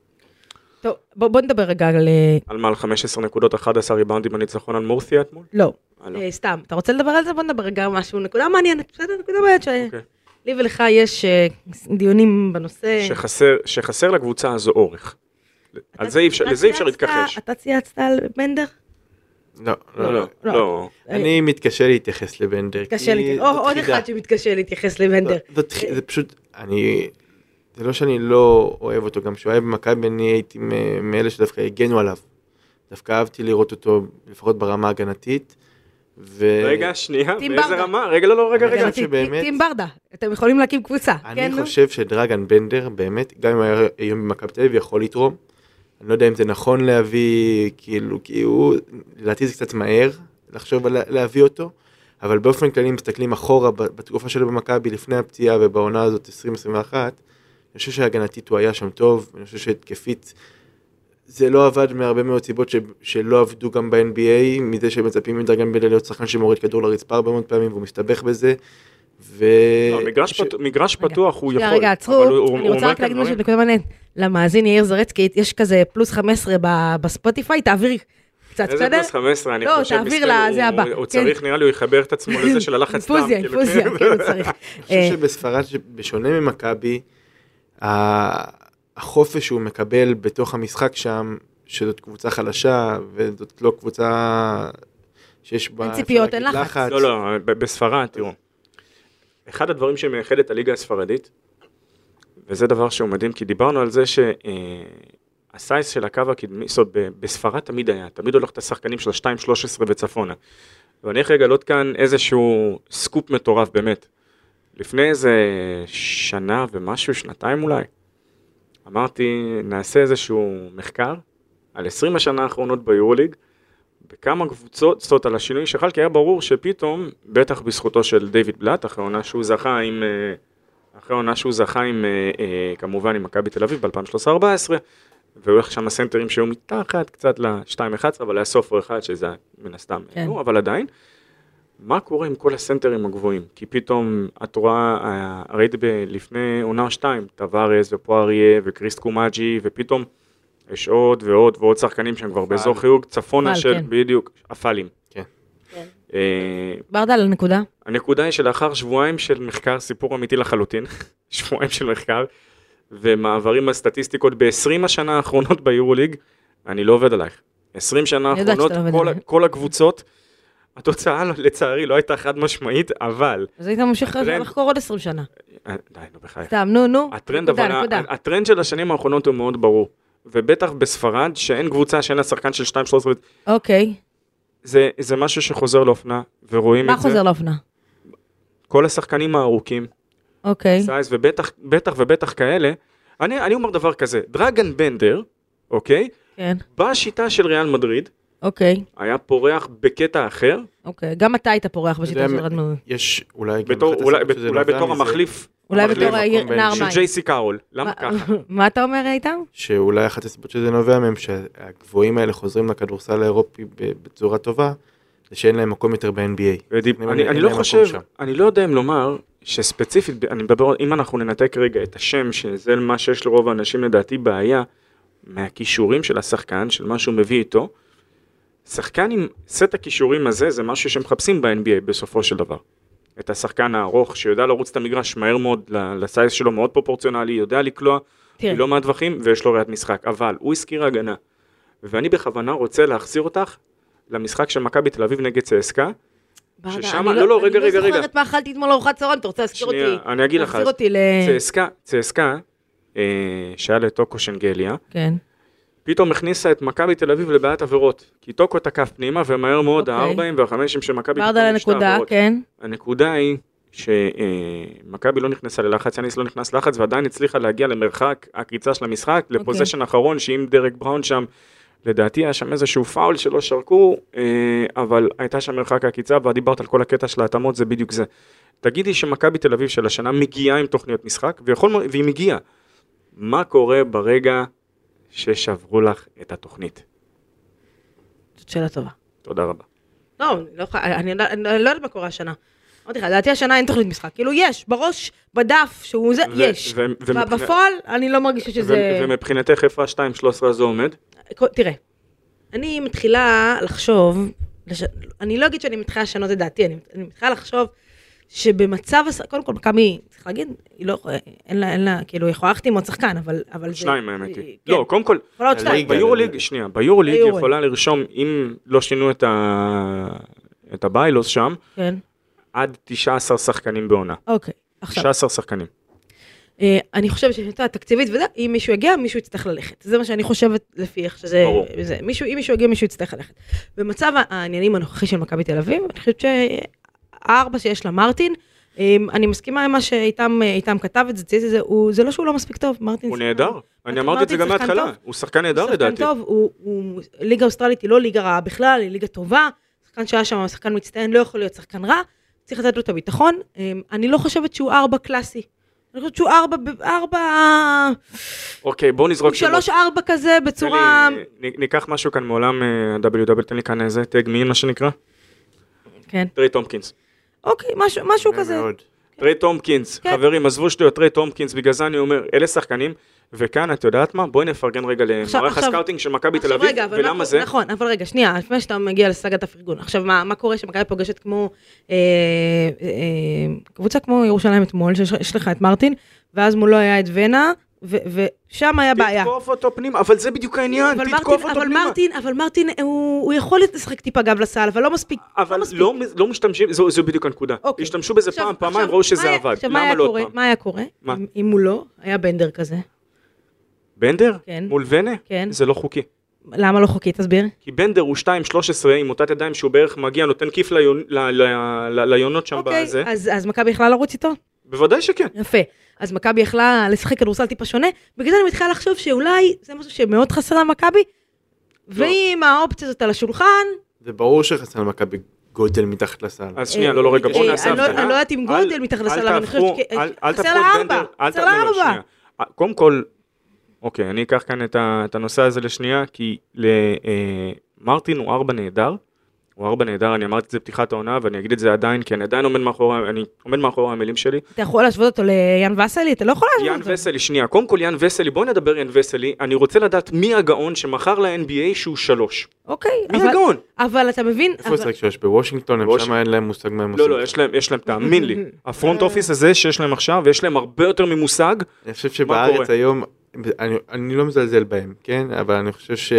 טוב, בוא בוא נדבר רגע על... אה, על מעל חמש עשרה נקודות, אחד עשר ריבאונדים בניצחון על מורסיה אתמול? לא, אה, לא. אה, סתם. אתה רוצה לדבר על זה? בוא נדבר רגע על משהו. נקודה מעניינת, בסדר? נקודה מעניינת שלי אוקיי. ולך יש אה, דיונים בנושא. שחסר, שחסר לקבוצה הזו אורך. על זה אי אפשר, אתה לזה אי אפשר צייצת- להתכחש. אתה צייצת על בנדר? לא, לא, לא, לא, לא. אני מתקשה להתייחס לבנדר. מתקשה כי להתייחס. זאת או, עוד חידה. אחד שמתקשה להתייחס לבנדר. זאת ח- זה פשוט, אני, זה לא שאני לא אוהב אותו, גם כשהוא היה במכבי אני הייתי מ- מאלה שדווקא הגנו עליו. דווקא אהבתי לראות אותו, לפחות ברמה ההגנתית. ו... רגע, שנייה, טים באיזה ברדה. רמה? רגע, לא, לא, רגע, רגע. רגע. רציתי, שבאמת- טים ברדה, אתם יכולים להקים קבוצה. אני כן, נו? חושב שדרגן בנדר, באמת, גם אם הוא היה היום במכבי תל אביב, יכול לתרום. אני לא יודע אם זה נכון להביא, כאילו, כי הוא, לדעתי זה קצת מהר לחשוב על להביא אותו, אבל באופן כללי מסתכלים אחורה בתקופה שלו במכבי לפני הפציעה ובעונה הזאת עשרים עשרים ואחת, אני חושב שהגנתית הוא היה שם טוב, אני חושב שהתקפית זה לא עבד מהרבה מאוד סיבות ש, שלא עבדו גם ב-אן בי איי, מזה שמצפים מדרגן בנדר להיות שחקן שמוריד כדור לרצפה הרבה מאוד פעמים והוא מסתבך בזה. ו... לא, מגרש ש... פתוח- מגרש פתוח הוא שנייה, יכול. רגע, אבל עצרו, הוא- הוא אני אומר רוצה רק כאן להגיד משהו דברים. נקודה מעניינת. למאזין יאיר זרצקי, יש כזה פלוס חמש עשרה ב- בספוטיפיי, תעביר קצת, איזה בסדר? פלוס חמש עשרה, אני לא, חושב, תעביר מסכן, לזה הוא- הבא. הוא כן. צריך, נראה לי, הוא יחבר את עצמו לזה של הלחץ דם. אינפוזיה, כאילו, אינפוזיה, כן. כן, הוא צריך. אני חושב שבספרד, בשונה ממכבי, ה- החופש שהוא מקבל בתוך המשחק שם, שזאת קבוצה חלשה, וזאת לא קבוצה שיש בה... אין ציפיות, אפשר אין להגיד לחץ. לא, לא, ב- בספרד, תראו. אחד הדברים שמייחד את הליגה הספרדית, וזה דבר שהוא מדהים, כי דיברנו על זה שהסייס של הקו הקדמי, זאת אומרת, ב- בספרד תמיד היה, תמיד הולך את השחקנים של ה-שתיים שלוש עשרה וצפונה. ואני יכול לגלות כאן איזשהו סקופ מטורף, באמת. לפני איזה שנה ומשהו, שנתיים אולי, אמרתי, נעשה איזשהו מחקר על עשרים השנה האחרונות ביורוליג, בכמה קבוצות, זאת אומרת, על השינוי שחל, כי היה ברור שפתאום, בטח בזכותו של דיוויד בלאט, אחרי עונה שהוא זכה עם, אה, אחרי עונה שהוא זכה עם, אה, אה, כמובן עם מכבי תל אביב ב-אלפיים ושלוש עשרה ארבע עשרה, והוא הולך שם הסנטרים שהיו מתחת קצת ל-שתיים אחת עשרה, אבל היה סופר אחד שזה מן הסתם, כן. נו, אבל עדיין, מה קורה עם כל הסנטרים הגבוהים? כי פתאום את רואה, אה, ראיתי ב- לפני עונה או שתיים, טווארס ופואריה וקריסט קומאג'י, ופתאום יש עוד ועוד ועוד שחקנים שהם כבר באזור חיוג, צפונה אפל, של, כן. בדיוק, אפלים. כן. אה, ברדה על הנקודה. הנקודה היא שלאחר שבועיים של מחקר, סיפור אמיתי לחלוטין, שבועיים של מחקר, ומעברים הסטטיסטיקות ב-עשרים השנה האחרונות ביורוליג, אני לא עובד עלייך. עשרים שנה אני יודעת האחרונות, שאתה לא עובד כל, עליי. כל הקבוצות, התוצאה לצערי לא הייתה חד משמעית, אבל, אז היית ממשיך הטרנד- לחקור עוד עשרים שנה. אה, די, נו בחייך. סתם, נו, נו. הטרנד, נקודה, אבל, נקודה. הטרנד של השנים האחרונות הוא מאוד ברור, ובטח בספרד, שאין קבוצה שאין לה שחקן של שתיים שלוש עשרה, אוקיי. זה, זה משהו שחוזר לאופנה, ורואים מה את זה. חוזר לאופנה? כל השחקנים הארוכים, אוקיי. סייז, ובטח בטח ובטח כאלה, אני, אני אומר דבר כזה, דרגן בנדר, אוקיי, כן. בשיטה של ריאל מדריד, אוקיי. היה פורח בקטע אחר, אוקיי. גם אתה היית פורח בשיטה יודע, של רדמור. יש אולי גם בתור, אחת אולי, הסיבות שזה אולי נובע בתור מזה, המחליף, אולי המחליף בתור מקום בין- נער של מים. ג'ייסי קארול, למה מה- ככה? מה אתה אומר איתם? שאולי אחת הסיבות שזה נובע מהם, שהגבוהים האלה חוזרים לכדורסל האירופי ב- בצורה טובה, זה שאין להם מקום יותר ב-אן בי איי. ודיב, אין אני, להם אני לא מקום חושב, שם. אני לא יודע אם לומר שספציפית, אני מדבר, אם אנחנו ננתק רגע את השם, שזה מה שיש לרוב האנשים לדעתי בעיה, מהכישורים של השחקן, של מה שהוא מביא איתו, שחקן עם סט הכישורים הזה, זה משהו שמחפשים ב-אן בי איי בסופו של דבר. את השחקן הארוך, שיודע לרוץ את המגרש מהר מאוד, ל- לסייז שלו מאוד פרופורציונלי, יודע לקלוע, תראה. לא מהטווחים, ויש לו ראיית משחק, אבל הוא הזכיר הגנה, ואני בכוונה רוצה להחזיר אותך למשחק של מכבי תל אביב נגד צסקה, ברדה, ששם, אני לא, לא, רגע, רגע, אני לא רגע. זוכרת מה אכלתי אתמול ארוחת צהריים, אתה רוצה להזכיר אותי? שנייה, אני אגיד לך. להחזיר אותי ל... צסקה, צסקה, אה, שהיה לטוקו שנגליה, כן. פתאום הכניסה את מכבי תל אביב לבעיית עבירות, כי טוקו תקף פנימה, ומהר מאוד אוקיי. ה-ארבעים והחמישים של מכבי ברדה לנקודה, כן. הנקודה היא שמכבי לא נכנסה ללחץ, יאניס לא נכנס לחץ, ועדיין הצליחה להגיע למרחק הקריצה של המשחק, לפוזיישן האחרון, שאם דרק בראון שם, לדעתי היה שם איזשהו פאול שלא שרקו, אבל הייתה שם מרחק הקריצה, ודיברת על כל הקטע של ההתאמות, זה בדיוק זה. תגידי שמכבי תל אביב של השנה מגיעה עם תוכניות משחק, ויכול, והיא מגיעה. מה קורה ברגע ששברו לך את התוכנית? זאת שאלה טובה. תודה רבה. לא, אני לא, אני, אני לא יודעת מה קורה השנה. אמרתי לך, לדעתי השנה אין תוכנית משחק. כאילו יש, בראש, בדף, שהוא זה, ו- יש. ו- ו- בפועל, אני לא מרגישה שזה... ו- ומבחינתך איפה שתיים שלוש עשרה זה עומד? תראה, אני מתחילה לחשוב, לש... אני לא אגיד שאני מתחילה לשנות את דעתי, אני, אני מתחילה לחשוב שבמצב, קודם כל, מכבי, צריך להגיד, היא לא, אין לה, אין לה, כאילו, היא יכולה להחתים עוד שחקן, אבל, אבל שניים, זה... האמת היא. כן. לא, קודם כל, יכולה עוד שתיים. ביורוליג, שנייה, ביורוליג ביורוליג. יכולה לרשום, אם לא שינו את ה... את הביילוס שם, כן. עד תשעה עשר שחקנים בעונה. אוקיי, עכשיו. תשעה עשר שחקנים. אה, אני חושבת שאתה תקציבית וזה, אם מישהו יגיע, מישהו יצטרך ללכת. זה מה שאני חושבת לפי איך שזה... ברור. זה, מישהו, אם מישהו יגיע, מישהו יצטרך ללכת. במצב העניינים הנוכחי של מכבי תל אביב, אני חושבת שהארבע שיש לה מרטין, אני מסכימה עם מה שאיתם כתב את זה, זה, הוא, זה לא שהוא לא מספיק טוב, מרטין. הוא נהדר. אני אמרתי את זה גם מההתחלה. הוא שחקן נהדר לדעתי. שחקן טוב, הוא, הוא, ליגה אוסטרלית היא לא ליגה רעה בכלל, היא ליגה טובה. שחקן שהיה שם, שחקן מצטיין, לא יכול להיות שחקן רע. צריך לתת לו את הביטחון. אני לא חושבת שהוא ארבע קלאסי. אני חושבת שהוא ארבע, ארבע... אוקיי, בואו נזרוק שמות. הוא שלוש ארבע כזה בצורה... ניקח משהו כאן מעולם דאבליו דאבליו, תן לי כאן איזה טג מין, מה שנקרא. כן. טרי טומפקינס. אוקיי, משהו כזה. טרי טומפקינס, חברים, עזבו שטויות, טרי טומפקינס, בגלל זה אני אומר, אלה שחקנים, וכאן, את יודעת מה? בואי נפרגן רגע למערך הסקאוטינג של מכבי תל אביב, ולמה זה? נכון, אבל רגע, שנייה, לפני שאתה מגיע לסגת הפרגון. עכשיו, מה קורה שמכבי פוגשת כמו, קבוצה כמו ירושלים אתמול, שיש לך את מרטין, ואז מולו היה את ונה, ושם היה בעיה. תתקוף אותו פנימה, אבל זה בדיוק העניין, תתקוף אותו פנימה. אבל מרטין, הוא יכול לשחק טיפה גב לסל, אבל לא מספיק. אבל לא משתמשים, זו בדיוק הנקודה. השתמשו בזה פעם, פעמיים, ראו שזה עבד. למה לא עוד פעם? מה היה קורה? אם מולו היה בנדר כזה. בנדר? כן. מול ונה? כן. זה לא חוקי. למה לא חוקי? תסביר. כי בנדר הוא שתיים שלוש עשרה עם אותת ידיים שהוא בערך מגיע, נותן כיף ליונות שם בזה. אוקיי, אז מכבי יכלה לרוץ איתו? בוודאי שכן. יפה. אז מכבי יכלה לשחק כדורסל טיפה שונה, בגלל זה אני מתחילה לחשוב שאולי זה משהו שמאוד חסר למכבי, ואם האופציה הזאת על השולחן... זה ברור שחסר למכבי גודל מתחת לסל. אז שנייה, לא, לא, רגע, בוא נעשה... אני לא יודעת אם גודל מתחת לסל, אבל אני חושבת שחסר לארבע, חסר לארבע. קודם כל, אוקיי, אני אקח כאן את הנושא הזה לשנייה, כי למרטין הוא ארבע נהדר, הוא ארבע נהדר, אני אמרתי את זה פתיחת העונה, ואני אגיד את זה עדיין, כי אני עדיין עומד מאחורי, אני עומד מאחורי המילים שלי. אתה יכול להשוות אותו ליאן וסלי? אתה לא יכול להשוות אותו. יאן וסלי, שנייה, קודם כל יאן וסלי, בואי נדבר יאן וסלי, אני רוצה לדעת מי הגאון שמחר ל-אן בי איי שהוא שלוש. אוקיי. מי הגאון? אבל אתה מבין... איפה זה שיש בוושינגטון, הם שם אין להם מושג מה הם עושים. לא, לא, יש להם, יש להם, תאמין לי, הפרונט אופיס הזה שיש להם עכשיו, ויש להם הרבה יותר ממושג. אני חושב שבארץ היום, אני לא מזלזל בהם, כן? אבל אני חושב ש...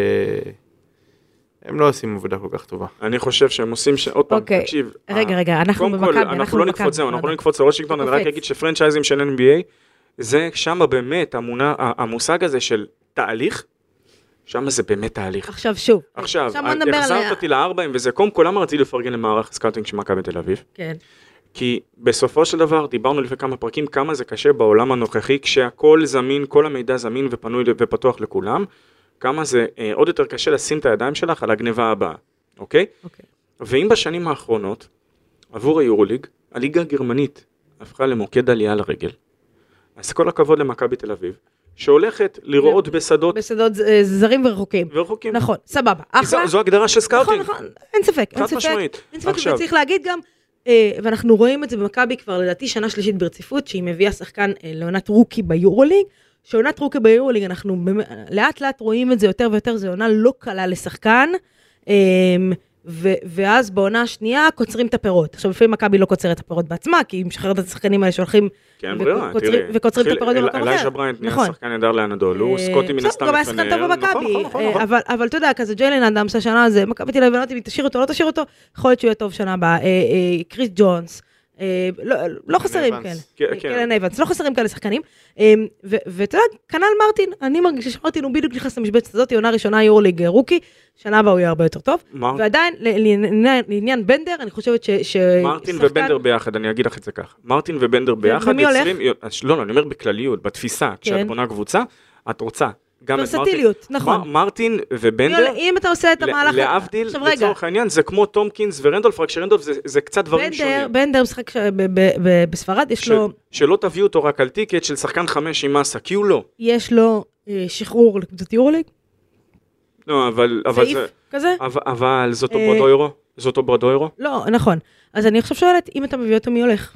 הם לא עושים עבודה כל כך טובה. אני חושב שהם עושים ש... עוד פעם, תקשיב. רגע, רגע, אנחנו במכבי, אנחנו לא נקפוץ זהו, אנחנו לא נקפוץ לוושינגטון, אני רק אגיד שפרנצ'ייזים של אן בי איי, זה שם באמת המושג הזה של תהליך, שם זה באמת תהליך. עכשיו שוב. עכשיו, החזרת אותי לארבעים, וזה קודם כל למה רציתי לפרגן למערך הסקאוטינג של מכבי בתל אביב. כן. כי בסופו של דבר, דיברנו לפני כמה פרקים, כמה זה קשה בעולם הנוכחי, כשהכל זמין, כל המידע זמין ופנוי ופתוח לכולם, כמה זה אה, עוד יותר קשה לשים את הידיים שלך על הגניבה הבאה, אוקיי? אוקיי. ואם בשנים האחרונות, עבור היורוליג, הליגה הגרמנית הפכה למוקד עלייה לרגל. אז כל הכבוד למכבי תל אביב, שהולכת לראות בשדות... בשדות זרים ורחוקים. ורחוקים. נכון, סבבה. אחלה. זו הגדרה של סקאוטינג. נכון, נכון, אין ספק. חד משמעית. אין ספק, וצריך להגיד גם, ואנחנו רואים את זה במכבי כבר לדעתי שנה שלישית ברציפות, שהיא מביאה שחקן לעונת רוקי ביורוליג, שעונת רוקי ביורוליג, אנחנו לאט לאט רואים את זה יותר ויותר, זה עונה לא קלה לשחקן, ו- ואז בעונה השנייה קוצרים את הפירות. עכשיו, לפעמים מכבי לא קוצרת את הפירות בעצמה, כי היא משחררת את השחקנים האלה שהולכים כן, ברירה, וקוצרים, תראי. וקוצרים את הפירות במקום אחר. אליישה בריינט נהיה שחקן נהדר לאנדול, הוא סקוטי מן הסתם גם היה שחקן טוב במכבי, אבל אתה יודע, כזה ג'יילן אדמס השנה הזה, מכבי תל אביב, אם תשאיר אותו, לא תשאיר אותו, יכול להיות שהוא יהיה טוב שנה הבאה. קריס ג'ונס, לא חסרים כאלה. קלן אייבנס, לא חסרים כאלה שחקנים. ואתה יודע, כנ"ל מרטין, אני מרגישה שמרטין הוא בדיוק נכנס למשבצת הזאת, עונה ראשונה יורוליג רוקי, שנה הבאה הוא יהיה הרבה יותר טוב. ועדיין, לעניין בנדר, אני חושבת ש... מרטין ובנדר ביחד, אני אגיד לך את זה כך. מרטין ובנדר ביחד יוצרים... לא, אני אומר בכלליות, בתפיסה, כשאת בונה קבוצה, את רוצה גם את ורסטיליות, נכון. מרטין ובנדר, אם אתה עושה את המהלך... להבדיל, לצורך העניין, זה כמו תומקינס ורנדולף, רק שרנדולף זה קצת דברים שונים. בנדר משחק בספרד, יש לו... שלא תביאו אותו רק על טיקט של שחקן חמש עם מסה, כי הוא לא. יש לו שחרור לקבוצת יורוליג? לא, אבל... סעיף כזה? אבל זאת אוברדוירו? זאת אוברדוירו? לא, נכון. אז אני עכשיו שואלת, אם אתה מביא אותו, מי הולך?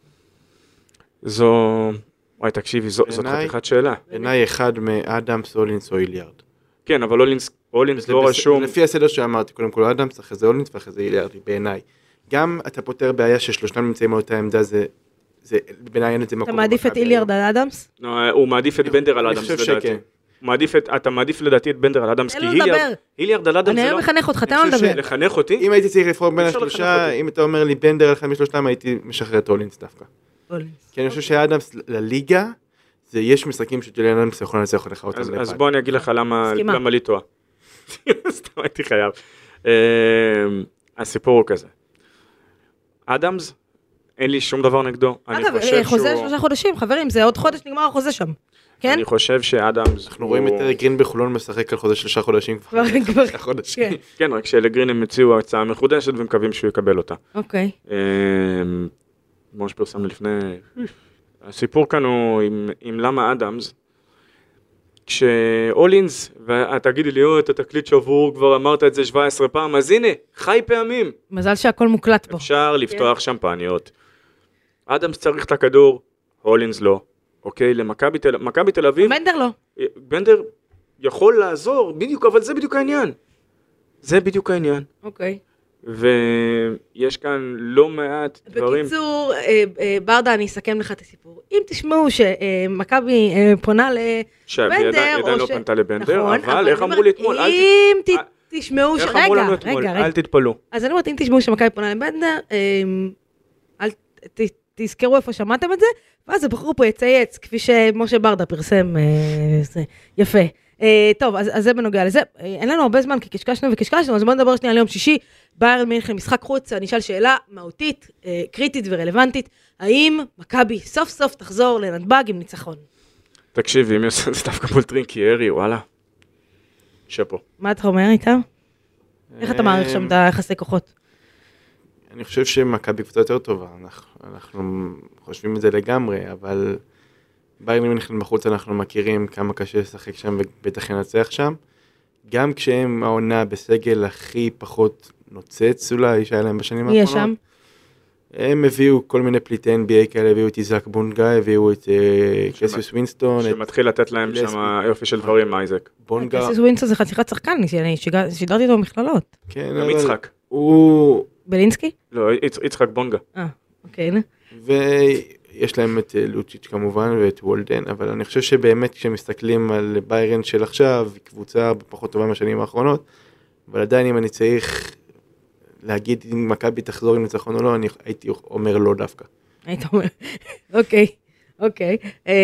זו... וואי, תקשיבי, זאת חתיכת שאלה. בעיניי אחד מאדמס, אולינס או איליארד. כן, אבל אולינס לא רשום. לפי הסדר שאמרתי, קודם כל אדמס, אחרי זה אולינס ואחרי זה איליארד, בעיניי. גם אתה פותר בעיה ששלושתם נמצאים על אותה עמדה, זה... בעיניי אין את זה מקום. אתה מעדיף את איליארד על אדמס? לא, הוא מעדיף את בנדר על אדמס, לדעתי. אתה מעדיף לדעתי את בנדר על אדמס, כי איליארד על אדמס זה לא... אני היום מחנך אותך, תן לו לדבר. לחנך אותי? אם הייתי צריך לבחור בין השלושה, אם אתה אומר לי בנדר על אחד משלושתם, הייתי משחרר את אולינס דווקא. כי אני חושב שאדמס לליגה, זה יש משחקים שג'יילן אדמס יכול לנצח לך אותם לבד. אז בוא אני אגיד לך למה לי טועה. סתם הייתי חייב. הסיפור הוא כזה. אדמס, אין לי שום דבר נגדו. אגב, חוזה שלושה חודשים, חברים, זה עוד חודש נגמר החוזה שם. כן? אני חושב שאדמס... אנחנו רואים את גרין בחולון משחק על חוזה שלושה חודשים. כבר שלושה חודשים. כן, רק שלגרין הם הציעו הצעה מחודשת ומקווים שהוא יקבל אותה. אוקיי. כמו שפרסמנו לפני... הסיפור כאן הוא עם, עם למה אדמס, כשאולינס, ואתה תגידי לי, אתה תקליט שבור, כבר אמרת את זה שבע עשרה פעם, אז הנה, חי פעמים. מזל שהכל מוקלט בו. אפשר לפתוח שמפניות. אדמס צריך את הכדור, אולינס לא. אוקיי, למכבי תל, מכבי תל אביב... בנדר לא. בנדר יכול לעזור, בדיוק, אבל זה בדיוק העניין. זה בדיוק העניין. אוקיי. ויש כאן לא מעט דברים. בקיצור, ברדה, אני אסכם לך את הסיפור. אם תשמעו שמכבי פונה לבנדר, שעדיין לא פנתה לבנדר, אבל איך אמרו לי אתמול? אם תשמעו ש... איך אמרו לנו אתמול? אל תתפלו. אז אני אומרת, אם תשמעו שמכבי פונה לבנדר, תזכרו איפה שמעתם את זה, ואז הבחור פה יצייץ, כפי שמשה ברדה פרסם, יפה. טוב, אז זה בנוגע לזה. אין לנו הרבה זמן, כי קשקשנו וקשקשנו, אז בואו נדבר שנייה על יום שישי, ביירן מינכן משחק חוץ, אני אשאל שאלה מהותית, קריטית ורלוונטית, האם מכבי סוף סוף תחזור לנתב"ג עם ניצחון? תקשיבי, אם יעשה את זה דווקא מול טרינקיירי, וואלה. שפו. מה אתה אומר איתם? איך אתה מעריך שם את היחסי כוחות? אני חושב שמכבי קבוצה יותר טובה, אנחנו חושבים את זה לגמרי, אבל ביירן מינכן בחוץ אנחנו מכירים כמה קשה לשחק שם ובטח ינצח שם. גם כשהם העונה בסגל הכי פחות נוצץ, אולי שהיה להם בשנים האחרונות. מי יש שם? הם הביאו כל מיני פליטי אן בי איי כאלה, הביאו את איזק בונגה, הביאו את קסיוס ווינסטון. שמתחיל לתת להם שם יופי של דברים, אייזק. קסיוס ווינסטון זה חתיכת שחקן, אני שידרתי אותו במכללות. גם יצחק. הוא... בלינסקי? לא, יצחק בונגה. אה, אוקיי, הנה. ויש להם את לוצ'יץ' כמובן ואת וולדן, אבל אני חושב שבאמת כשמסתכלים על ביירן של עכשיו, היא קבוצה פחות טובה מהשנים האחרונות, אבל עדיין אם אני צריך להגיד אם מכבי תחזור עם ניצחון או לא, אני הייתי אומר לא דווקא. היית אומר, אוקיי, אוקיי.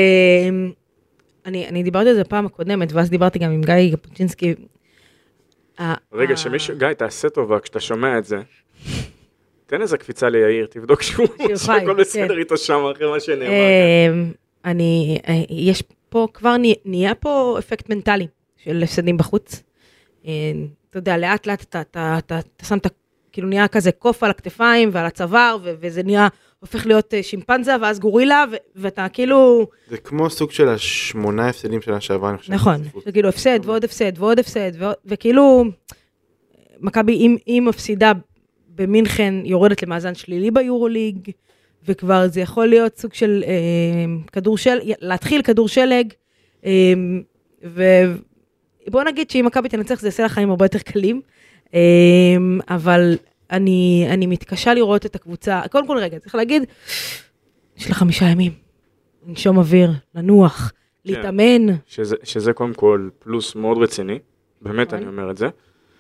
אני דיברתי על זה פעם הקודמת, ואז דיברתי גם עם גיא גפוצ'ינסקי. רגע, שמישהו, גיא, תעשה טובה כשאתה שומע את זה. תן איזה קפיצה ליאיר, תבדוק שהוא הכל בסדר איתו שם אחרי מה שנאמר. אני, יש פה, כבר נהיה פה אפקט מנטלי של הפסדים בחוץ. אתה יודע, לאט לאט אתה שם את, כאילו נהיה כזה קוף על הכתפיים ועל הצוואר, וזה נהיה, הופך להיות שימפנזה ואז גורילה, ואתה כאילו... זה כמו סוג של השמונה הפסדים של השעבר. נכון, זה כאילו הפסד ועוד הפסד ועוד הפסד, וכאילו, מכבי אם הפסידה, במינכן יורדת למאזן שלילי ביורוליג, וכבר זה יכול להיות סוג של אה, כדור של, להתחיל כדור שלג, אה, ובוא נגיד שאם מכבי תנצח זה יעשה לחיים הרבה יותר קלים, אבל אני, אני מתקשה לראות את הקבוצה, קודם כל רגע, צריך להגיד, יש לה חמישה ימים, לנשום אוויר, לנוח, להתאמן. שזה, שזה קודם כל פלוס מאוד רציני, באמת אני אומר את זה.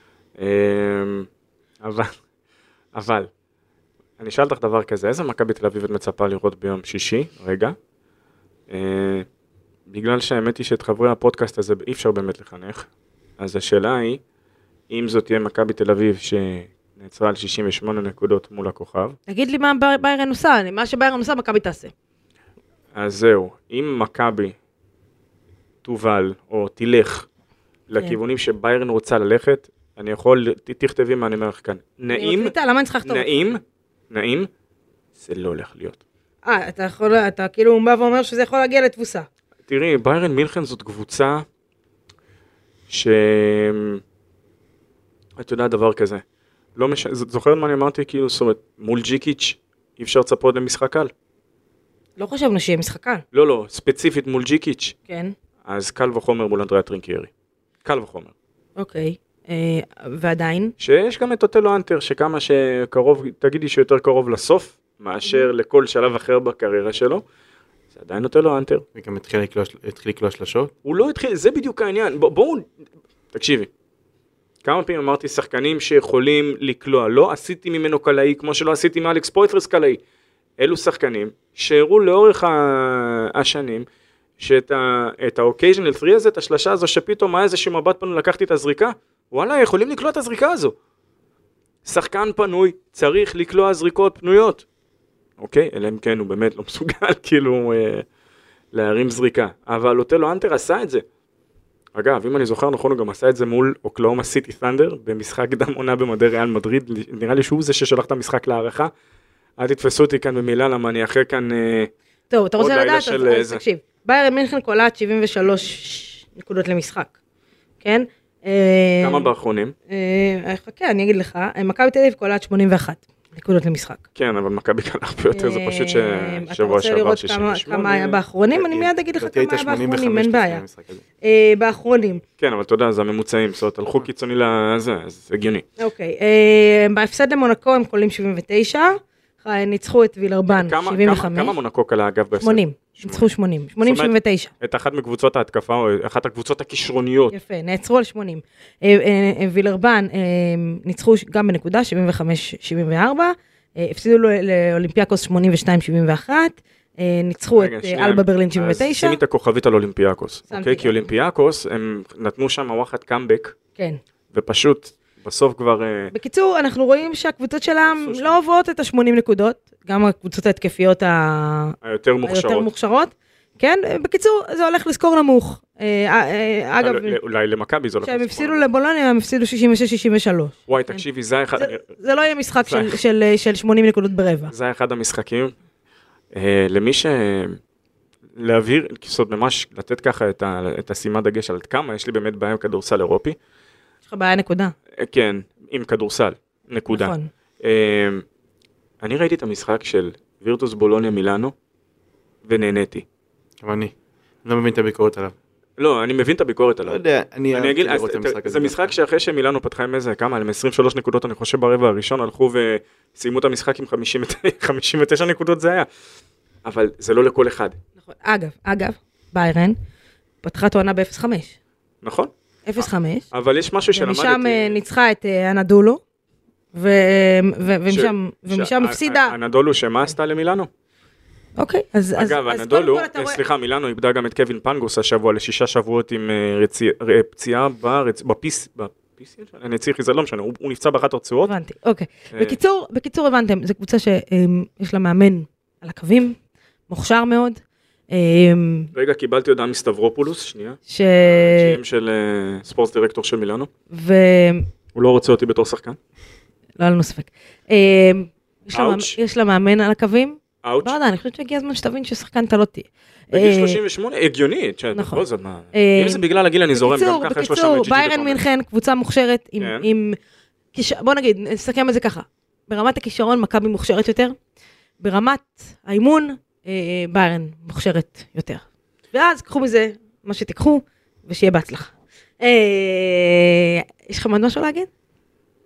אבל, אבל, אני אשאל אותך דבר כזה, איזה מכבי תל אביב את מצפה לראות ביום שישי, רגע, בגלל שהאמת היא שאת חברי הפודקאסט הזה אי אפשר באמת לחנך, אז השאלה היא, אם זאת תהיה מכבי תל אביב שנעצרה על שישים ושמונה נקודות מול הכוכב. תגיד לי מה ביירן עושה, מה שביירן עושה, מכבי תעשה. אז זהו, אם מכבי תובל או תלך לכיוונים שביירן רוצה ללכת, אני יכול, תכתבי מה אני אומר לך כאן. נעים, נעים, נעים, זה לא הולך להיות. אה, אתה יכול, אתה כאילו בא ואומר שזה יכול להגיע לתבוסה. תראי, ביירן מינכן זאת קבוצה ש... את יודעת דבר כזה. לא מש... זוכרת מה אני אמרתי? כאילו, זאת אומרת, מול ג'יקיץ' אי אפשר לצפות למשחק קל. לא חשבנו שיהיה משחק קל. לא, לא, ספציפית מול ג'יקיץ'. כן. אז קל וחומר מול אנדריה טרינקיירי. קל וחומר. אוקיי. אה, ועדיין? שיש גם את אוטלו אנטר, שכמה שקרוב, תגידי שיותר קרוב לסוף, מאשר לכל שלב אחר בקריירה שלו. זה עדיין אוטלו אנטר. וגם התחיל לקלוע שלשות? הוא לא התחיל, זה בדיוק העניין. בואו, בוא, תקשיבי. כמה פעמים אמרתי שחקנים שיכולים לקלוע, לא עשיתי ממנו קלעי, כמו שלא עשיתי מאלכס פויטרס קלעי. אלו שחקנים שהראו לאורך השנים, שאת ה-occasional three הזה, את השלשה הזו, שפתאום היה איזשהו מבט פנו, לקחתי את הזריקה, וואלה, יכולים לקלוע את הזריקה הזו. שחקן פנוי צריך לקלוע זריקות פנויות. אוקיי? אלא אם כן הוא באמת לא מסוגל, כאילו, אה, להרים זריקה. אבל אוטלו אנטר עשה את זה. אגב, אם אני זוכר נכון, הוא גם עשה את זה מול אוקלאומה סיטי ת'נדר, במשחק קדם עונה במדי ריאל מדריד, נראה לי שהוא זה ששלח את המשחק להערכה. אל תתפסו אותי כאן במילה, למה אני אחרי כאן... טוב, אתה רוצה לדעת, אז תקשיב. ביירן מינכן קולעת שבעים ושלוש נקודות למשחק, כן? כמה באחרונים? חכה, אני אגיד לך, מכבי תל אביב קולעת שמונים ואחת נקודות למשחק. כן, אבל מכבי קלח ביותר, זה פשוט ששבוע שעבר שישים ושמונה. אתה רוצה לראות כמה היה באחרונים? אני מיד אגיד לך כמה היה באחרונים, אין בעיה. באחרונים. כן, אבל אתה יודע, זה הממוצעים, זאת אומרת, הלכו קיצוני לזה, אז הגיוני. אוקיי, בהפסד למונקו הם קולים שבעים ותשע, ניצחו את וילרבן שבעים וחמש. כמה מונקו קלה אגב בהפסד? שמונים, ניצחו שמונים, שמונים שבעים ותשע. את אחת מקבוצות ההתקפה, או אחת הקבוצות הכישרוניות. יפה, נעצרו על שמונים. וילרבן ניצחו גם בנקודה, שבעים וחמש שבעים וארבע, הפסידו לאולימפיאקוס שמונים ושתיים שבעים ואחת, ניצחו את אלבה ברלין שבעים ותשע. אז שימי את הכוכבית על אולימפיאקוס, אוקיי? כי אולימפיאקוס, הם נתנו שם וואחד קאמבק, ופשוט בסוף כבר... בקיצור, אנחנו רואים שהקבוצות שלהם לא עוברות את ה-שמונים נקודות, גם הקבוצות ההתקפיות היותר מוכשרות. כן, בקיצור, זה הולך לסקור נמוך. אגב... אולי למכבי זה הולך לסקור. כשהם הפסידו לבולוניה, הם הפסידו שישים ושש שישים ושלוש. וואי, תקשיבי, זה אחד... זה לא יהיה משחק של שמונים נקודות ברבע. זה אחד המשחקים. למי ש... להבהיר, זאת ממש לתת ככה את השימת דגש על כמה, יש לי באמת בעיה עם כדורסל אירופי. יש לך בעיה נקודה. כן, עם כדורסל, נקודה. נכון. אני ראיתי את המשחק של וירטוס בולוניה מילאנו, ונהניתי. גם אני. לא מבין את הביקורת עליו. לא, אני מבין את הביקורת עליו. לא יודע, אני אגיד, זה משחק שאחרי שמילאנו פתחה עם איזה, כמה, עם עשרים ושלוש נקודות, אני חושב ברבע הראשון, הלכו וסיימו את המשחק עם חמישים ותשע נקודות זה היה. אבל זה לא לכל אחד. נכון. אגב, אגב, ביירן, פתחה תואנה ב-אפס חמש. נכון. אפס חמש. אבל יש משהו שלמדתי... ומשם ניצחה את אנדולו, ומשם הפסידה... אנדולו שמה עשתה למילאנו? אוקיי, אז... אגב, אנדולו, סליחה, מילאנו איבדה גם את קווין פנגוס השבוע לשישה שבועות עם פציעה בפיס... אני צריך, זה לא משנה, הוא נפצע באחת הרצועות. הבנתי, אוקיי. בקיצור, בקיצור הבנתם, זו קבוצה שיש לה מאמן על הקווים, מוכשר מאוד. רגע, קיבלתי הודעה מסטברופולוס, שנייה. ש... ג'י אם של ספורט דירקטור של מילאנו. ו... הוא לא רוצה אותי בתור שחקן? לא, לא נוספק. יש לה מאמן על הקווים. אאוץ'. לא יודע, אני חושבת שהגיע הזמן שתבין ששחקן אתה לא תהיה. בגיל שלושים ושמונה, הגיונית. נכון. אם זה בגלל הגיל אני זורם, גם ככה יש לו שם את ג'י ג'י. ביירן מינכן, קבוצה מוכשרת עם... בוא נגיד, נסכם את זה ככה. ברמת הכישרון, מכבי מוכשרת יותר. ברמת האימון, ביירן מוכשרת יותר. ואז קחו מזה מה שתיקחו, ושיהיה בהצלחה. יש לך עוד משהו להגיד?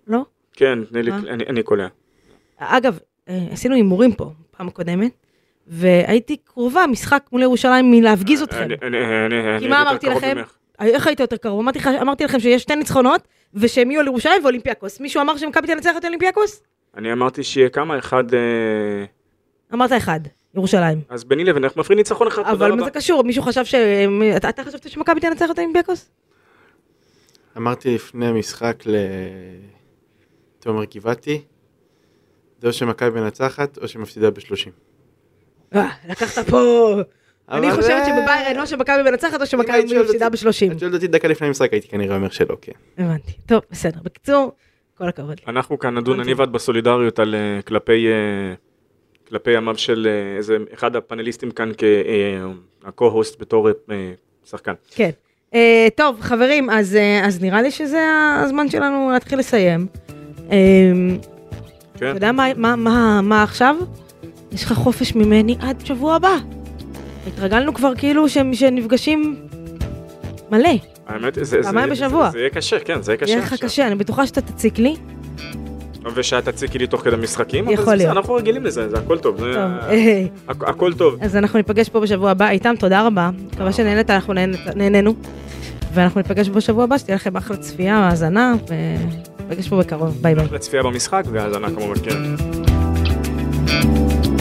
לא? כן, תני לי, אני, אני קולע. אגב, עשינו הימורים פה, פעם הקודמת, והייתי קרובה, משחק מול ירושלים, מלהפגיז אתכם. אני, אני, אני, כי מה אמרתי לכם? איך היית יותר קרוב? אמרתי, אמרתי לכם שיש שתי ניצחונות, ושהם יהיו על ירושלים ואולימפיאקוס. מישהו אמר שמכבי תנצח את אולימפיאקוס? אני אמרתי שיהיה כמה, אחד... אמרת אחד, ירושלים. אז ביני לבינך מפריד ניצחון אחד, תודה רבה. אבל מה זה קשור? מישהו חשב ש... אתה, אתה חשבת שמכבי תנצח את אולימפיאקוס? אמרתי לפני המשחק לתומר גבעתי, זה או שמכבי מנצחת או שמפסידה בשלושים. אה, לקחת פה... אני חושבת שבביירן, או שמכבי מנצחת, או שמכבי מפסידה בשלושים. את שואלת אותי דקה לפני המשחק, הייתי כנראה אומר שלא, כן. הבנתי. טוב, בסדר. בקיצור, כל הכבוד. אנחנו כאן נדון, אני ועד בסולידריות על כלפי, כלפי ימיו של איזה, אחד הפאנליסטים כאן כהקו-הוסט בתור שחקן. כן. טוב, חברים, אז נראה לי שזה הזמן שלנו להתחיל לסיים. אתה יודע מה עכשיו? יש לך חופש ממני עד שבוע הבא. התרגלנו כבר כאילו שנפגשים מלא. האמת, זה יהיה קשה, כן, זה יהיה קשה. יהיה לך קשה, אני בטוחה שאתה תציק לי. ושאת תציקי לי תוך כדי משחקים, יכול להיות. אנחנו רגילים לזה, זה הכל טוב. הכל טוב. אז אנחנו ניפגש פה בשבוע הבא. איתם, תודה רבה. מקווה שנהנית, אנחנו נהנינו. ואנחנו ניפגש בשבוע הבא, שתהיה לכם אחלה צפייה, האזנה, וניפגש פה בקרוב. ביי ביי. אחלה צפייה במשחק, והאזנה כמובן, כן.